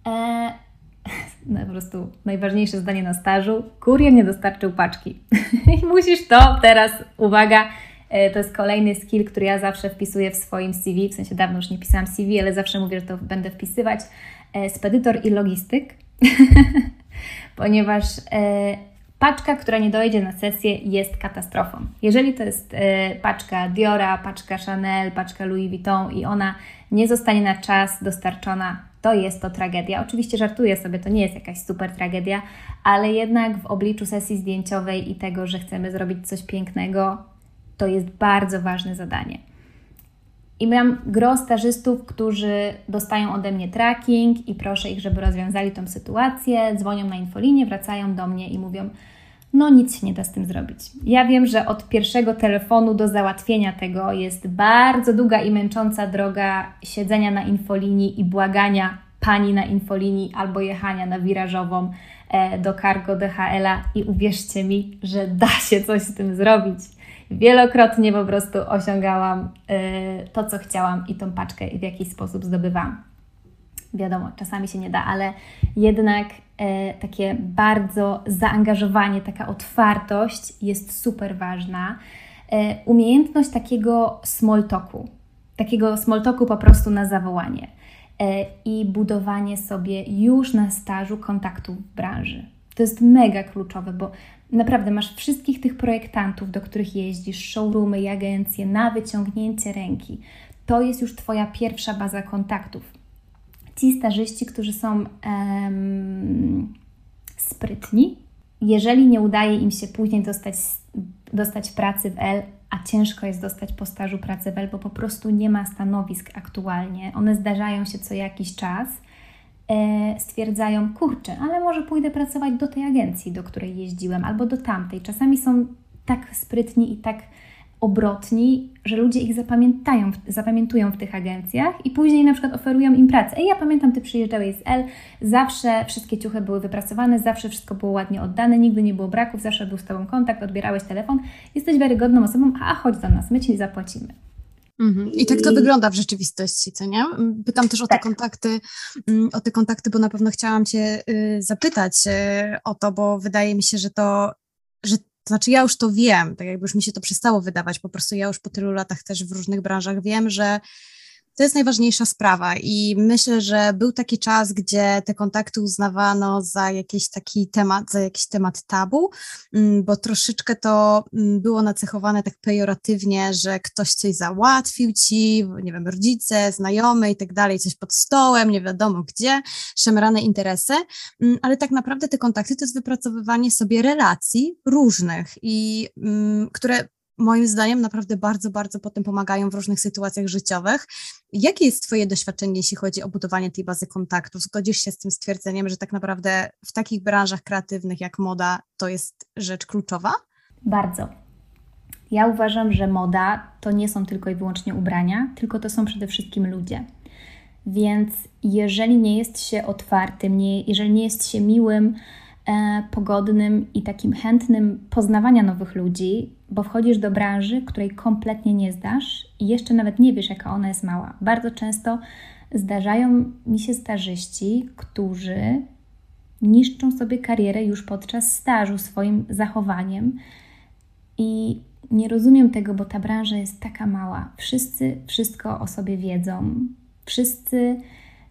po prostu najważniejsze zdanie na stażu: kurier nie dostarczył paczki. I musisz to teraz, uwaga, to jest kolejny skill, który ja zawsze wpisuję w swoim CV, w sensie dawno już nie pisałam CV, ale zawsze mówię, że to będę wpisywać, spedytor i logistyk, ponieważ paczka, która nie dojedzie na sesję, jest katastrofą. Jeżeli to jest paczka Diora, paczka Chanel, paczka Louis Vuitton i ona nie zostanie na czas dostarczona, to jest to tragedia. Oczywiście żartuję sobie, to nie jest jakaś super tragedia, ale jednak w obliczu sesji zdjęciowej i tego, że chcemy zrobić coś pięknego, to jest bardzo ważne zadanie. I miałam gro stażystów, którzy dostają ode mnie tracking i proszę ich, żeby rozwiązali tą sytuację, dzwonią na infolinię, wracają do mnie i mówią: no nic się nie da z tym zrobić. Ja wiem, że od pierwszego telefonu do załatwienia tego jest bardzo długa i męcząca droga siedzenia na infolinii i błagania pani na infolinii albo jechania na wirażową do Cargo DHL-a i uwierzcie mi, że da się coś z tym zrobić. Wielokrotnie po prostu osiągałam to, co chciałam i tą paczkę w jakiś sposób zdobywałam. Wiadomo, czasami się nie da, ale jednak takie bardzo zaangażowanie, taka otwartość jest super ważna. Umiejętność takiego small talku po prostu na zawołanie i budowanie sobie już na stażu kontaktów w branży. To jest mega kluczowe, bo naprawdę masz wszystkich tych projektantów, do których jeździsz, showroomy i agencje na wyciągnięcie ręki. To jest już Twoja pierwsza baza kontaktów. Ci stażyści, którzy są sprytni, jeżeli nie udaje im się później dostać pracy w L, a ciężko jest dostać po stażu pracę w L, bo po prostu nie ma stanowisk aktualnie, one zdarzają się co jakiś czas, stwierdzają: kurczę, ale może pójdę pracować do tej agencji, do której jeździłem, albo do tamtej. Czasami są tak sprytni i tak obrotni, że ludzie ich zapamiętują w tych agencjach i później na przykład oferują im pracę. Ja pamiętam, Ty przyjeżdżałeś z L, zawsze wszystkie ciuchy były wypracowane, zawsze wszystko było ładnie oddane, nigdy nie było braków, zawsze był z Tobą kontakt, odbierałeś telefon, jesteś wiarygodną osobą, a chodź do nas, my Ci zapłacimy. I tak to wygląda w rzeczywistości, co nie? Pytam też o te kontakty, bo na pewno chciałam Cię zapytać o to, bo wydaje mi się, że znaczy ja już to wiem, tak jakby już mi się to przestało wydawać, po prostu ja już po tylu latach też w różnych branżach wiem, że to jest najważniejsza sprawa i myślę, że był taki czas, gdzie te kontakty uznawano za jakiś temat tabu, bo troszeczkę to było nacechowane tak pejoratywnie, że ktoś coś załatwił Ci, nie wiem, rodzice, znajomy i tak dalej, coś pod stołem, nie wiadomo gdzie, szemrane interesy, ale tak naprawdę te kontakty to jest wypracowywanie sobie relacji różnych i które moim zdaniem naprawdę bardzo, bardzo potem pomagają w różnych sytuacjach życiowych. Jakie jest Twoje doświadczenie, jeśli chodzi o budowanie tej bazy kontaktów? Zgodzisz się z tym stwierdzeniem, że tak naprawdę w takich branżach kreatywnych jak moda to jest rzecz kluczowa? Bardzo. Ja uważam, że moda to nie są tylko i wyłącznie ubrania, tylko to są przede wszystkim ludzie. Więc jeżeli nie jest się otwartym, jeżeli nie jest się miłym, pogodnym i takim chętnym poznawania nowych ludzi, bo wchodzisz do branży, której kompletnie nie znasz i jeszcze nawet nie wiesz, jaka ona jest mała. Bardzo często zdarzają mi się stażyści, którzy niszczą sobie karierę już podczas stażu swoim zachowaniem i nie rozumiem tego, bo ta branża jest taka mała. Wszyscy wszystko o sobie wiedzą. Wszyscy,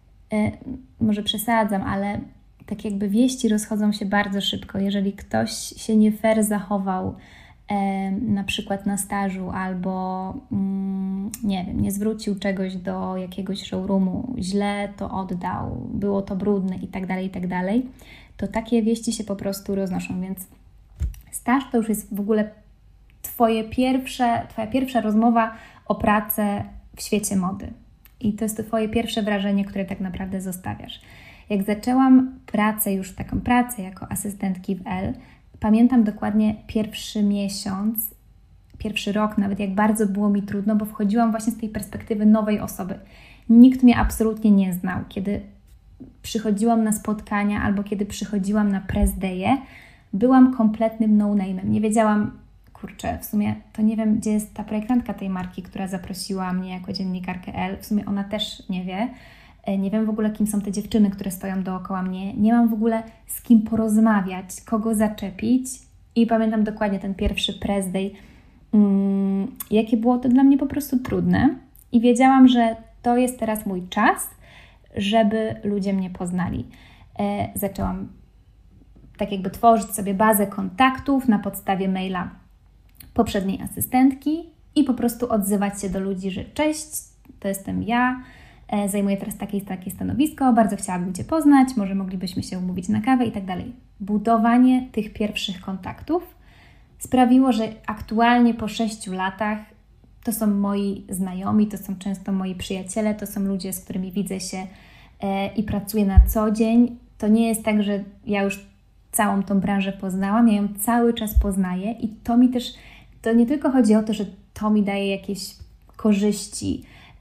może przesadzam, ale tak jakby wieści rozchodzą się bardzo szybko. Jeżeli ktoś się nie fair zachował na przykład na stażu albo nie wiem, nie zwrócił czegoś do jakiegoś showroomu, źle to oddał, było to brudne i tak dalej, to takie wieści się po prostu roznoszą, więc staż to już jest w ogóle Twoja pierwsza rozmowa o pracę w świecie mody i to jest Twoje pierwsze wrażenie, które tak naprawdę zostawiasz. Jak zaczęłam taką pracę jako asystentki w L, pamiętam dokładnie pierwszy miesiąc, pierwszy rok nawet, jak bardzo było mi trudno, bo wchodziłam właśnie z tej perspektywy nowej osoby. Nikt mnie absolutnie nie znał. Kiedy przychodziłam na spotkania albo kiedy przychodziłam na press day'e, byłam kompletnym no-name'em. Nie wiedziałam, kurczę, w sumie to nie wiem, gdzie jest ta projektantka tej marki, która zaprosiła mnie jako dziennikarkę Elle. W sumie ona też nie wie. Nie wiem w ogóle, kim są te dziewczyny, które stoją dookoła mnie. Nie mam w ogóle z kim porozmawiać, kogo zaczepić. I pamiętam dokładnie ten pierwszy press day, jakie było to dla mnie po prostu trudne. I wiedziałam, że to jest teraz mój czas, żeby ludzie mnie poznali. Zaczęłam tak jakby tworzyć sobie bazę kontaktów na podstawie maila poprzedniej asystentki i po prostu odzywać się do ludzi, że cześć, to jestem ja, zajmuję teraz takie stanowisko, bardzo chciałabym Cię poznać, może moglibyśmy się umówić na kawę i tak dalej. Budowanie tych pierwszych kontaktów sprawiło, że aktualnie po 6 latach to są moi znajomi, to są często moi przyjaciele, to są ludzie, z którymi widzę się i pracuję na co dzień. To nie jest tak, że ja już całą tą branżę poznałam, ja ją cały czas poznaję i to mi też, to nie tylko chodzi o to, że to mi daje jakieś korzyści,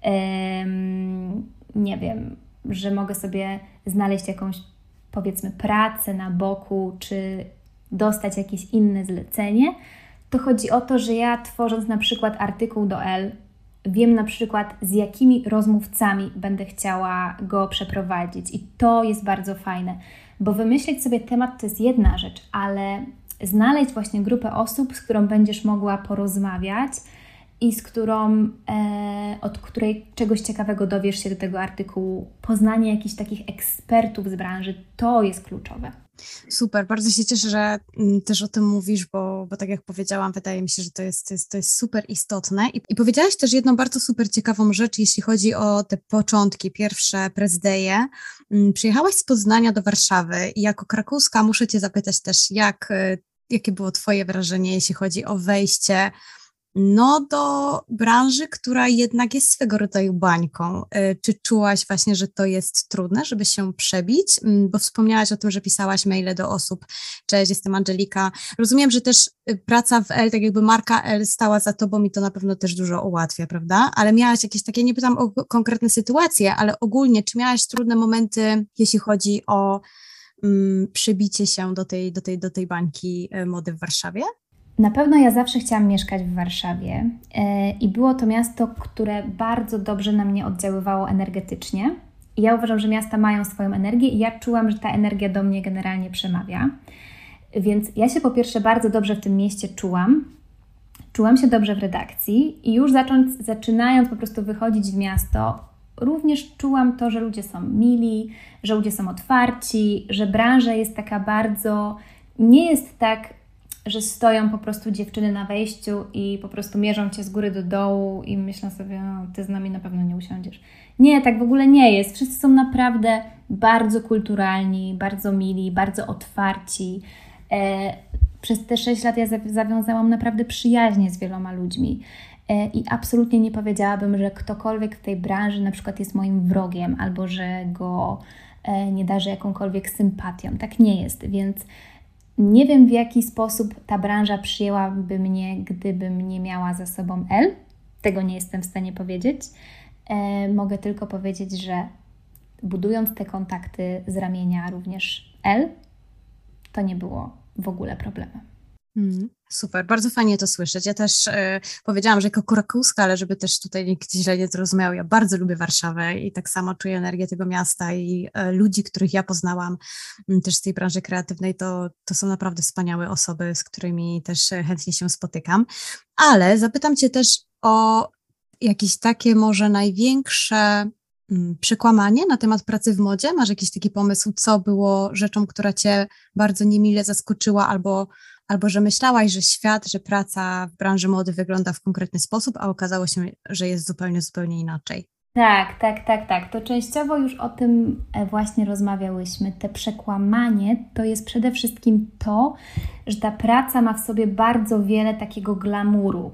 nie wiem, że mogę sobie znaleźć jakąś, powiedzmy, pracę na boku, czy dostać jakieś inne zlecenie, to chodzi o to, że ja tworząc na przykład artykuł do Elle, wiem na przykład z jakimi rozmówcami będę chciała go przeprowadzić i to jest bardzo fajne, bo wymyślić sobie temat to jest jedna rzecz, ale znaleźć właśnie grupę osób, z którą będziesz mogła porozmawiać i z którą, od której czegoś ciekawego dowiesz się do tego artykułu, poznanie jakichś takich ekspertów z branży, to jest kluczowe. Super, bardzo się cieszę, że też o tym mówisz, bo tak jak powiedziałam, wydaje mi się, że to jest super istotne. I powiedziałaś też jedną bardzo super ciekawą rzecz, jeśli chodzi o te początki, pierwsze press day'e. Przyjechałaś z Poznania do Warszawy i jako krakowska muszę Cię zapytać też, jakie było Twoje wrażenie, jeśli chodzi o wejście do branży, która jednak jest swego rodzaju bańką. Czy czułaś właśnie, że to jest trudne, żeby się przebić? Bo wspomniałaś o tym, że pisałaś maile do osób. Cześć, jestem Angelika. Rozumiem, że też praca w Elle, tak jakby marka Elle stała za tobą i to na pewno też dużo ułatwia, prawda? Ale miałaś jakieś takie, nie pytam o konkretne sytuacje, ale ogólnie, czy miałaś trudne momenty, jeśli chodzi o przebicie się do tej bańki mody w Warszawie? Na pewno ja zawsze chciałam mieszkać w Warszawie i było to miasto, które bardzo dobrze na mnie oddziaływało energetycznie. I ja uważam, że miasta mają swoją energię i ja czułam, że ta energia do mnie generalnie przemawia. Więc ja się po pierwsze bardzo dobrze w tym mieście czułam. Czułam się dobrze w redakcji i już zaczynając po prostu wychodzić w miasto, również czułam to, że ludzie są mili, że ludzie są otwarci, że branża jest taka bardzo... Nie jest tak, że stoją po prostu dziewczyny na wejściu i po prostu mierzą Cię z góry do dołu i myślą sobie, Ty z nami na pewno nie usiądziesz. Nie, tak w ogóle nie jest. Wszyscy są naprawdę bardzo kulturalni, bardzo mili, bardzo otwarci. Przez te 6 lat ja zawiązałam naprawdę przyjaźnie z wieloma ludźmi i absolutnie nie powiedziałabym, że ktokolwiek w tej branży na przykład jest moim wrogiem albo że go nie darzę jakąkolwiek sympatią. Tak nie jest, więc nie wiem, w jaki sposób ta branża przyjęłaby mnie, gdybym nie miała za sobą Elle. Tego nie jestem w stanie powiedzieć. Mogę tylko powiedzieć, że budując te kontakty z ramienia również Elle, to nie było w ogóle problemem. Super, bardzo fajnie to słyszeć. Ja też powiedziałam, że jako krakowska, ale żeby też tutaj nikt źle nie zrozumiał, ja bardzo lubię Warszawę i tak samo czuję energię tego miasta i ludzi, których ja poznałam też z tej branży kreatywnej, to są naprawdę wspaniałe osoby, z którymi też chętnie się spotykam. Ale zapytam Cię też o jakieś takie może największe przekłamanie na temat pracy w modzie. Masz jakiś taki pomysł, co było rzeczą, która Cię bardzo niemile zaskoczyła albo że myślałaś, że świat, że praca w branży mody wygląda w konkretny sposób, a okazało się, że jest zupełnie inaczej. Tak. To częściowo już o tym właśnie rozmawiałyśmy. Te przekłamanie to jest przede wszystkim to, że ta praca ma w sobie bardzo wiele takiego glamuru.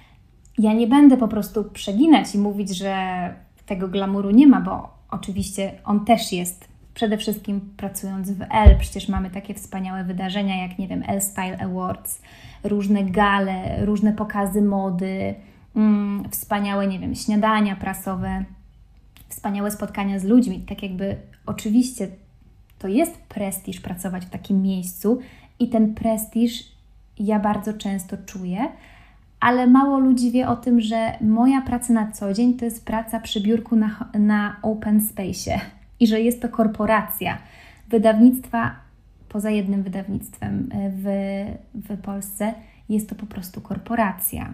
Ja nie będę po prostu przeginać i mówić, że tego glamuru nie ma, bo oczywiście on też jest przede wszystkim pracując w Elle, przecież mamy takie wspaniałe wydarzenia jak, nie wiem, Elle Style Awards, różne gale, różne pokazy mody, wspaniałe, nie wiem, śniadania prasowe, wspaniałe spotkania z ludźmi. Tak jakby oczywiście to jest prestiż pracować w takim miejscu i ten prestiż ja bardzo często czuję, ale mało ludzi wie o tym, że moja praca na co dzień to jest praca przy biurku na open space i że jest to korporacja. Wydawnictwa, poza jednym wydawnictwem w Polsce, jest to po prostu korporacja,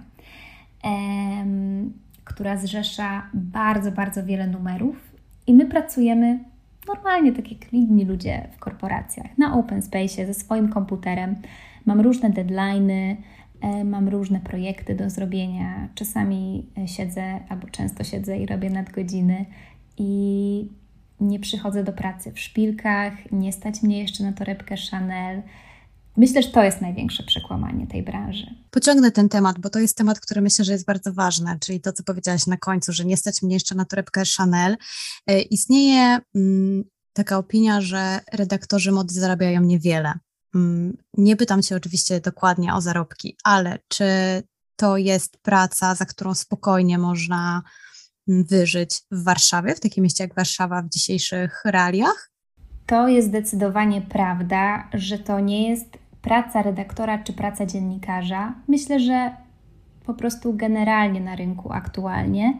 która zrzesza bardzo, bardzo wiele numerów i my pracujemy normalnie, tak jak inni ludzie w korporacjach, na open space, ze swoim komputerem. Mam różne deadline'y, mam różne projekty do zrobienia. Czasami siedzę, albo często siedzę i robię nadgodziny i nie przychodzę do pracy w szpilkach, nie stać mnie jeszcze na torebkę Chanel. Myślę, że to jest największe przekłamanie tej branży. Pociągnę ten temat, bo to jest temat, który myślę, że jest bardzo ważny, czyli to, co powiedziałaś na końcu, że nie stać mnie jeszcze na torebkę Chanel. Istnieje taka opinia, że redaktorzy mody zarabiają niewiele. Nie pytam Cię oczywiście dokładnie o zarobki, ale czy to jest praca, za którą spokojnie można wyżyć w Warszawie, w takim mieście jak Warszawa w dzisiejszych realiach? To jest zdecydowanie prawda, że to nie jest praca redaktora czy praca dziennikarza. Myślę, że po prostu generalnie na rynku aktualnie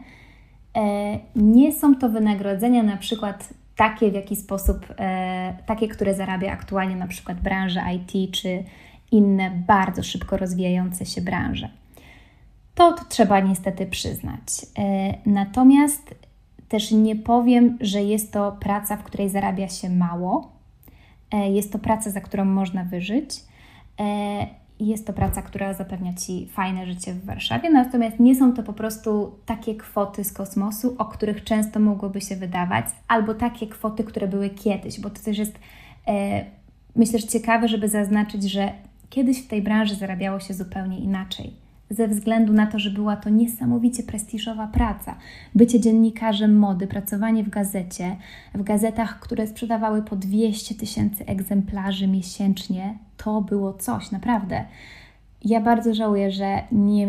nie są to wynagrodzenia na przykład takie, w jaki sposób, takie, które zarabia aktualnie na przykład branża IT czy inne bardzo szybko rozwijające się branże. To trzeba niestety przyznać. Natomiast też nie powiem, że jest to praca, w której zarabia się mało. Jest to praca, za którą można wyżyć. Jest to praca, która zapewnia Ci fajne życie w Warszawie, natomiast nie są to po prostu takie kwoty z kosmosu, o których często mogłoby się wydawać, albo takie kwoty, które były kiedyś, bo to też jest, myślę, że ciekawe, żeby zaznaczyć, że kiedyś w tej branży zarabiało się zupełnie inaczej. Ze względu na to, że była to niesamowicie prestiżowa praca. Bycie dziennikarzem mody, pracowanie w gazetach, które sprzedawały po 200 000 egzemplarzy miesięcznie, to było coś, naprawdę. Ja bardzo żałuję, że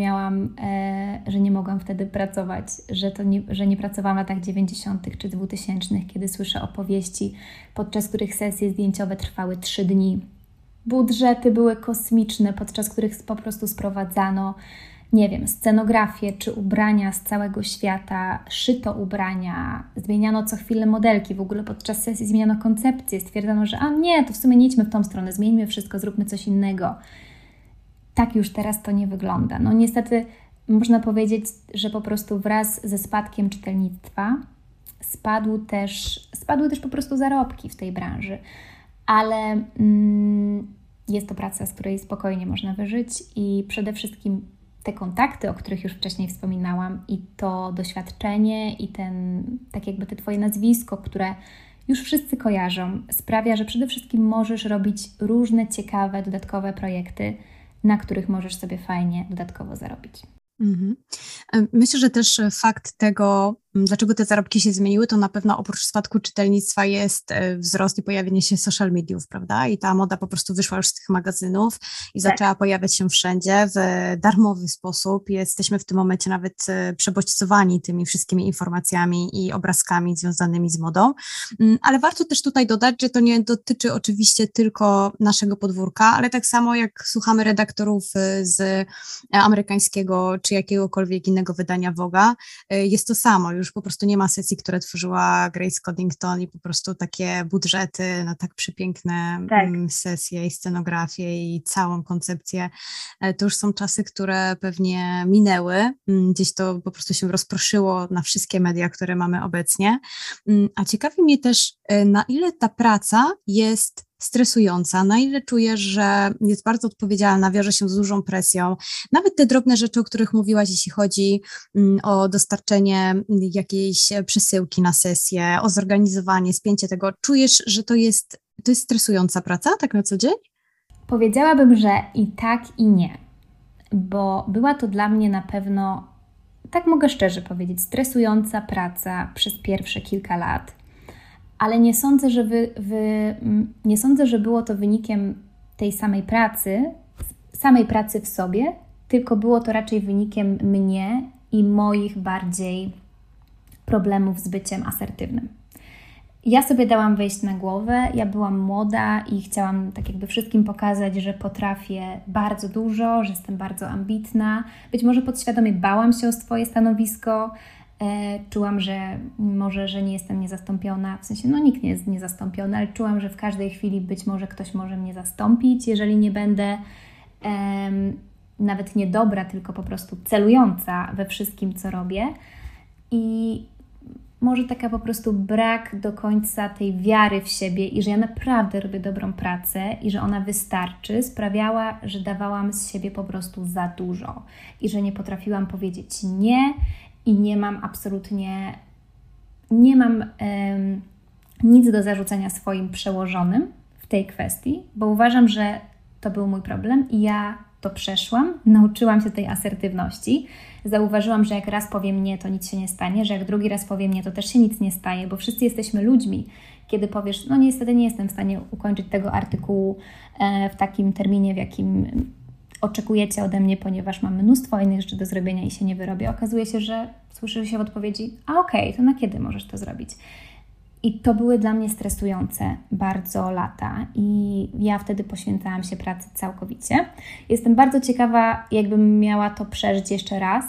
nie mogłam wtedy pracować, że nie pracowałam w latach 90. czy 2000, kiedy słyszę opowieści, podczas których sesje zdjęciowe trwały 3 dni. Budżety były kosmiczne, podczas których po prostu sprowadzano, nie wiem, scenografię czy ubrania z całego świata, szyto ubrania, zmieniano co chwilę modelki, w ogóle podczas sesji zmieniano koncepcję, stwierdzono, że nie, to w sumie nie idźmy w tą stronę, zmieńmy wszystko, zróbmy coś innego. Tak już teraz to nie wygląda. No niestety można powiedzieć, że po prostu wraz ze spadkiem czytelnictwa spadły też po prostu zarobki w tej branży, ale jest to praca, z której spokojnie można wyżyć i przede wszystkim te kontakty, o których już wcześniej wspominałam i to doświadczenie i tak jakby te Twoje nazwisko, które już wszyscy kojarzą, sprawia, że przede wszystkim możesz robić różne ciekawe, dodatkowe projekty, na których możesz sobie fajnie dodatkowo zarobić. Myślę, że też fakt tego, dlaczego te zarobki się zmieniły, to na pewno oprócz spadku czytelnictwa jest wzrost i pojawienie się social mediów, prawda? I ta moda po prostu wyszła już z tych magazynów i zaczęła pojawiać się wszędzie w darmowy sposób. Jesteśmy w tym momencie nawet przebodźcowani tymi wszystkimi informacjami i obrazkami związanymi z modą, ale warto też tutaj dodać, że to nie dotyczy oczywiście tylko naszego podwórka, ale tak samo jak słuchamy redaktorów z amerykańskiego czy jakiegokolwiek innego wydania Vogue'a, jest to samo. Już po prostu nie ma sesji, które tworzyła Grace Coddington i po prostu takie budżety na tak przepiękne sesje i scenografię i całą koncepcję. To już są czasy, które pewnie minęły. Gdzieś to po prostu się rozproszyło na wszystkie media, które mamy obecnie. A ciekawi mnie też, na ile ta praca jest stresująca, na ile czujesz, że jest bardzo odpowiedzialna, wiąże się z dużą presją. Nawet te drobne rzeczy, o których mówiłaś, jeśli chodzi o dostarczenie jakiejś przesyłki na sesję, o zorganizowanie, spięcie tego, czujesz, że to jest stresująca praca, tak na co dzień? Powiedziałabym, że i tak, i nie, bo była to dla mnie na pewno, tak mogę szczerze powiedzieć, stresująca praca przez pierwsze kilka lat. ale nie sądzę, nie sądzę, że było to wynikiem tej samej pracy w sobie, tylko było to raczej wynikiem mnie i moich bardziej problemów z byciem asertywnym. Ja sobie dałam wejść na głowę, ja byłam młoda i chciałam tak jakby wszystkim pokazać, że potrafię bardzo dużo, że jestem bardzo ambitna. Być może podświadomie bałam się o swoje stanowisko, czułam, że może, że nie jestem niezastąpiona, w sensie nikt nie jest niezastąpiony, ale czułam, że w każdej chwili być może ktoś może mnie zastąpić, jeżeli nie będę nawet nie dobra, tylko po prostu celująca we wszystkim, co robię. I może taka po prostu brak do końca tej wiary w siebie i że ja naprawdę robię dobrą pracę i że ona wystarczy, sprawiała, że dawałam z siebie po prostu za dużo i że nie potrafiłam powiedzieć nie i nie mam nic do zarzucenia swoim przełożonym w tej kwestii, bo uważam, że to był mój problem i ja to przeszłam, nauczyłam się tej asertywności. Zauważyłam, że jak raz powiem nie, to nic się nie stanie, że jak drugi raz powiem nie, to też się nic nie staje, bo wszyscy jesteśmy ludźmi. Kiedy powiesz, niestety nie jestem w stanie ukończyć tego artykułu w takim terminie, w jakim oczekujecie ode mnie, ponieważ mam mnóstwo innych rzeczy do zrobienia i się nie wyrobię. Okazuje się, że słyszy się w odpowiedzi, okej, to na kiedy możesz to zrobić? I to były dla mnie stresujące bardzo lata i ja wtedy poświęcałam się pracy całkowicie. Jestem bardzo ciekawa, jakbym miała to przeżyć jeszcze raz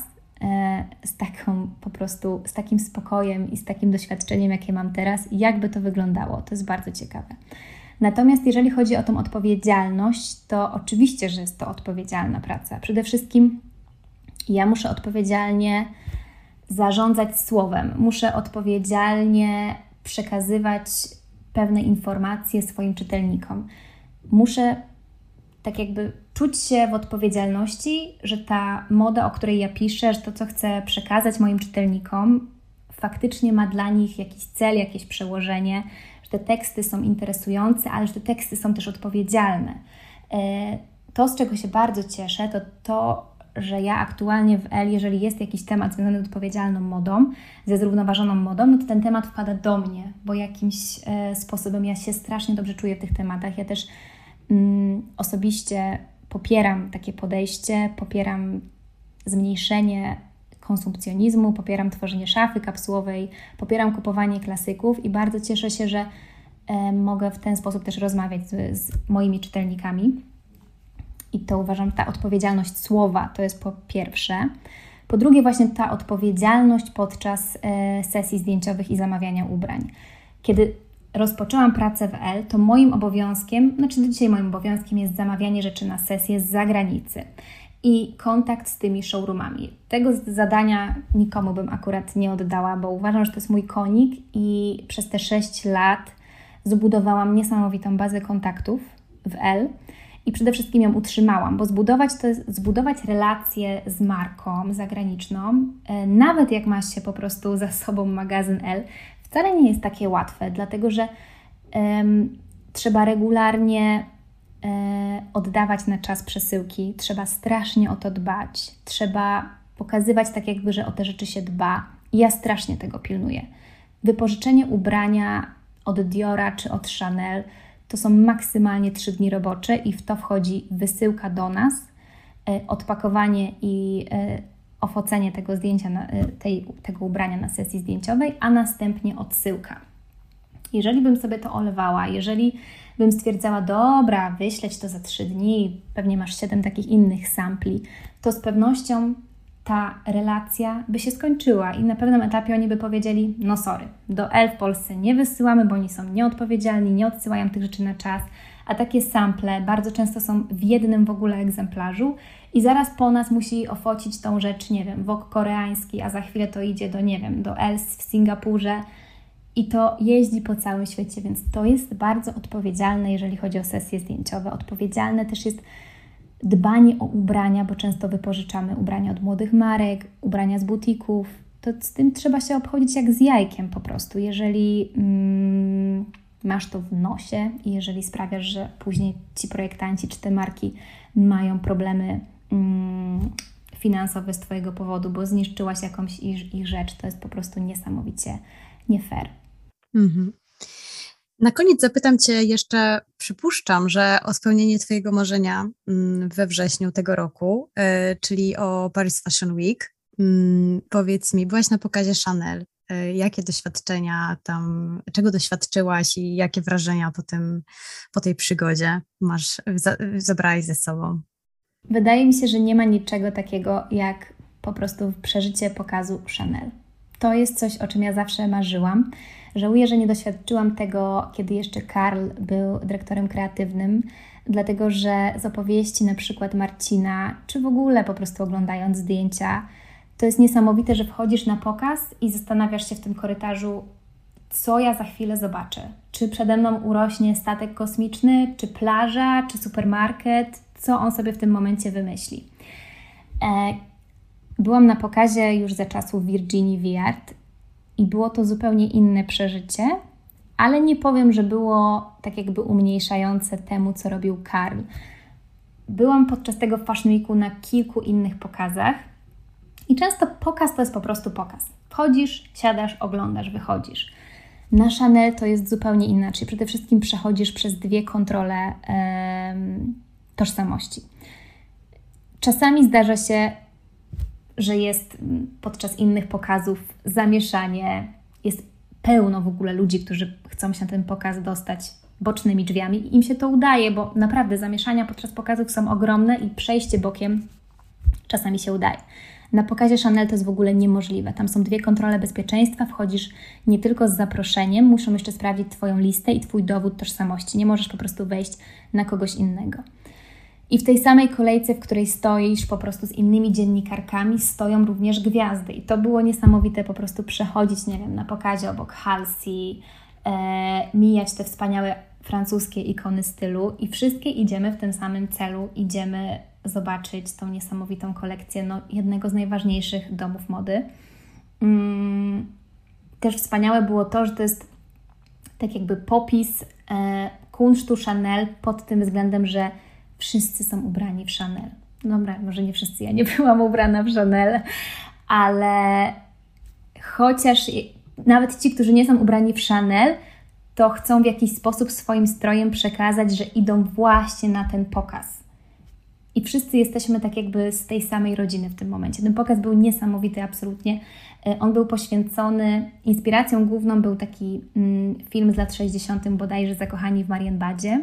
z takim spokojem i z takim doświadczeniem, jakie mam teraz i jakby to wyglądało. To jest bardzo ciekawe. Natomiast jeżeli chodzi o tą odpowiedzialność, to oczywiście, że jest to odpowiedzialna praca. Przede wszystkim ja muszę odpowiedzialnie zarządzać słowem, muszę odpowiedzialnie przekazywać pewne informacje swoim czytelnikom. Muszę tak jakby czuć się w odpowiedzialności, że ta moda, o której ja piszę, że to, co chcę przekazać moim czytelnikom, faktycznie ma dla nich jakiś cel, jakieś przełożenie, że te teksty są interesujące, ale że te teksty są też odpowiedzialne. To, z czego się bardzo cieszę, to, że ja aktualnie w Elle, jeżeli jest jakiś temat związany z odpowiedzialną modą, ze zrównoważoną modą, to ten temat wpada do mnie, bo jakimś sposobem ja się strasznie dobrze czuję w tych tematach. Ja też osobiście popieram takie podejście, popieram zmniejszenie konsumpcjonizmu, popieram tworzenie szafy kapsułowej, popieram kupowanie klasyków i bardzo cieszę się, że mogę w ten sposób też rozmawiać z moimi czytelnikami. I to uważam, ta odpowiedzialność słowa to jest po pierwsze. Po drugie właśnie ta odpowiedzialność podczas sesji zdjęciowych i zamawiania ubrań. Kiedy rozpoczęłam pracę w Elle, to moim obowiązkiem, do dzisiaj moim obowiązkiem jest zamawianie rzeczy na sesję z zagranicy i kontakt z tymi showroomami. Tego zadania nikomu bym akurat nie oddała, bo uważam, że to jest mój konik i przez te 6 lat zbudowałam niesamowitą bazę kontaktów w Elle i przede wszystkim ją utrzymałam, bo zbudować to jest zbudować relację z marką zagraniczną, nawet jak masz się po prostu za sobą magazyn Elle, wcale nie jest takie łatwe, dlatego że trzeba regularnie oddawać na czas przesyłki, trzeba strasznie o to dbać, trzeba pokazywać tak jakby, że o te rzeczy się dba i ja strasznie tego pilnuję. Wypożyczenie ubrania od Diora czy od Chanel to są maksymalnie 3 dni robocze i w to wchodzi wysyłka do nas, odpakowanie i ofocenie tego zdjęcia, tego ubrania na sesji zdjęciowej, a następnie odsyłka. Jeżeli bym sobie to olewała, jeżeli bym stwierdzała, dobra, wyśleć to za 3 dni, pewnie masz 7 takich innych sampli, to z pewnością ta relacja by się skończyła i na pewnym etapie oni by powiedzieli, no sorry, do Elle w Polsce nie wysyłamy, bo oni są nieodpowiedzialni, nie odsyłają tych rzeczy na czas, a takie sample bardzo często są w jednym w ogóle egzemplarzu i zaraz po nas musi ofocić tą rzecz, nie wiem, Vogue koreański, a za chwilę to idzie do, nie wiem, do Elle w Singapurze i to jeździ po całym świecie, więc to jest bardzo odpowiedzialne, jeżeli chodzi o sesje zdjęciowe. Odpowiedzialne też jest dbanie o ubrania, bo często wypożyczamy ubrania od młodych marek, ubrania z butików. To z tym trzeba się obchodzić jak z jajkiem po prostu. Jeżeli masz to w nosie i jeżeli sprawiasz, że później ci projektanci czy te marki mają problemy finansowe z Twojego powodu, bo zniszczyłaś jakąś ich rzecz, to jest po prostu niesamowicie nie fair. Mhm. Na koniec zapytam Cię jeszcze, przypuszczam, że o spełnienie Twojego marzenia we wrześniu tego roku, czyli o Paris Fashion Week. Powiedz mi, byłaś na pokazie Chanel. Jakie doświadczenia tam, czego doświadczyłaś i jakie wrażenia po tej przygodzie zabrałaś ze sobą? Wydaje mi się, że nie ma niczego takiego jak po prostu przeżycie pokazu Chanel. To jest coś, o czym ja zawsze marzyłam. Żałuję, że nie doświadczyłam tego, kiedy jeszcze Karl był dyrektorem kreatywnym, dlatego że z opowieści na przykład Marcina, czy w ogóle po prostu oglądając zdjęcia, to jest niesamowite, że wchodzisz na pokaz i zastanawiasz się w tym korytarzu, co ja za chwilę zobaczę. Czy przede mną urośnie statek kosmiczny, czy plaża, czy supermarket, co on sobie w tym momencie wymyśli. Byłam na pokazie już za czasów Virginii Viard i było to zupełnie inne przeżycie, ale nie powiem, że było tak jakby umniejszające temu, co robił Karl. Byłam podczas tego Fashion Weeku na kilku innych pokazach i często pokaz to jest po prostu pokaz. Wchodzisz, siadasz, oglądasz, wychodzisz. Na Chanel to jest zupełnie inaczej. Przede wszystkim przechodzisz przez 2 kontrole tożsamości. Czasami zdarza się, że jest podczas innych pokazów zamieszanie, jest pełno w ogóle ludzi, którzy chcą się na ten pokaz dostać bocznymi drzwiami i im się to udaje, bo naprawdę zamieszania podczas pokazów są ogromne i przejście bokiem czasami się udaje. Na pokazie Chanel to jest w ogóle niemożliwe. Tam są 2 kontrole bezpieczeństwa, wchodzisz nie tylko z zaproszeniem, muszą jeszcze sprawdzić Twoją listę i Twój dowód tożsamości. Nie możesz po prostu wejść na kogoś innego. I w tej samej kolejce, w której stoisz po prostu z innymi dziennikarkami, stoją również gwiazdy. I to było niesamowite po prostu przechodzić, nie wiem, na pokazie obok Halsey, mijać te wspaniałe francuskie ikony stylu i wszystkie idziemy w tym samym celu, idziemy zobaczyć tą niesamowitą kolekcję jednego z najważniejszych domów mody. Też wspaniałe było to, że to jest tak jakby popis kunsztu Chanel pod tym względem, że wszyscy są ubrani w Chanel. Dobra, może nie wszyscy, ja nie byłam ubrana w Chanel, ale chociaż nawet ci, którzy nie są ubrani w Chanel, to chcą w jakiś sposób swoim strojem przekazać, że idą właśnie na ten pokaz. I wszyscy jesteśmy tak jakby z tej samej rodziny w tym momencie. Ten pokaz był niesamowity, absolutnie. On był poświęcony, inspiracją główną był taki film z lat 60. bodajże Zakochani w Marienbadzie.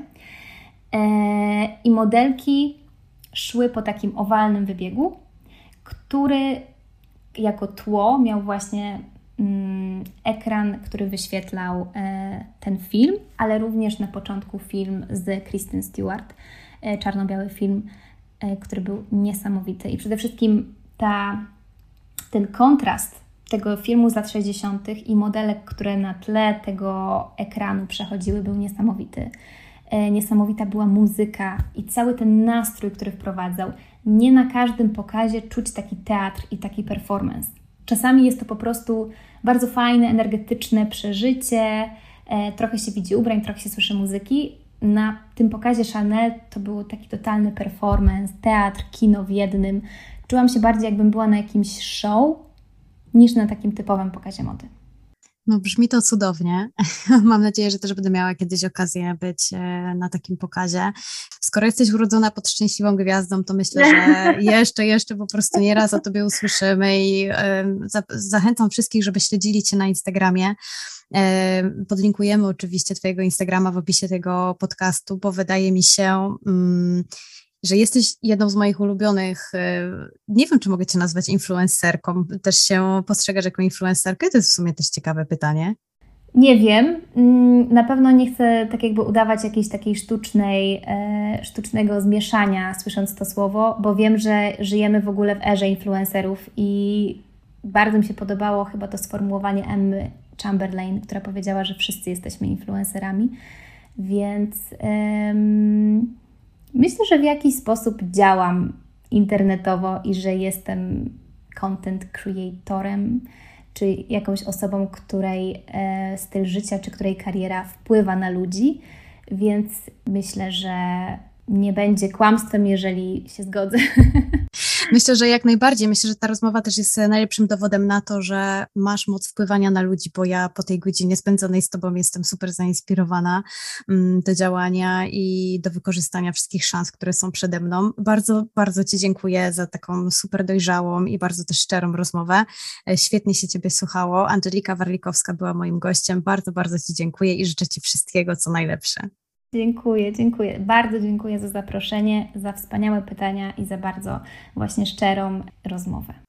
I modelki szły po takim owalnym wybiegu, który jako tło miał właśnie ekran, który wyświetlał ten film, ale również na początku film z Kristen Stewart, czarno-biały film, który był niesamowity. I przede wszystkim ten kontrast tego filmu z lat 60. i modelek, które na tle tego ekranu przechodziły, był niesamowity. Niesamowita była muzyka i cały ten nastrój, który wprowadzał. Nie na każdym pokazie czuć taki teatr i taki performance. Czasami jest to po prostu bardzo fajne, energetyczne przeżycie, trochę się widzi ubrań, trochę się słyszy muzyki. Na tym pokazie Chanel to był taki totalny performance, teatr, kino w jednym. Czułam się bardziej, jakbym była na jakimś show, niż na takim typowym pokazie mody. No brzmi to cudownie. Mam nadzieję, że też będę miała kiedyś okazję być na takim pokazie. Skoro jesteś urodzona pod szczęśliwą gwiazdą, to myślę, że jeszcze po prostu nieraz o Tobie usłyszymy i zachęcam wszystkich, żeby śledzili Cię na Instagramie. Podlinkujemy oczywiście Twojego Instagrama w opisie tego podcastu, bo wydaje mi się, że jesteś jedną z moich ulubionych, nie wiem, czy mogę Cię nazwać influencerką, też się postrzegasz jako influencerkę? To jest w sumie też ciekawe pytanie. Nie wiem, na pewno nie chcę tak jakby udawać jakiejś takiej sztucznego zmieszania, słysząc to słowo, bo wiem, że żyjemy w ogóle w erze influencerów i bardzo mi się podobało chyba to sformułowanie Emmy Chamberlain, która powiedziała, że wszyscy jesteśmy influencerami, więc myślę, że w jakiś sposób działam internetowo i że jestem content creatorem, czy jakąś osobą, której styl życia, czy której kariera wpływa na ludzi, więc myślę, że nie będzie kłamstwem, jeżeli się zgodzę. Myślę, że jak najbardziej. Myślę, że ta rozmowa też jest najlepszym dowodem na to, że masz moc wpływania na ludzi, bo ja po tej godzinie spędzonej z Tobą jestem super zainspirowana do działania i do wykorzystania wszystkich szans, które są przede mną. Bardzo, bardzo Ci dziękuję za taką super dojrzałą i bardzo też szczerą rozmowę. Świetnie się Ciebie słuchało. Angelika Warlikowska była moim gościem. Bardzo, bardzo Ci dziękuję i życzę Ci wszystkiego, co najlepsze. Dziękuję. Bardzo dziękuję za zaproszenie, za wspaniałe pytania i za bardzo właśnie szczerą rozmowę.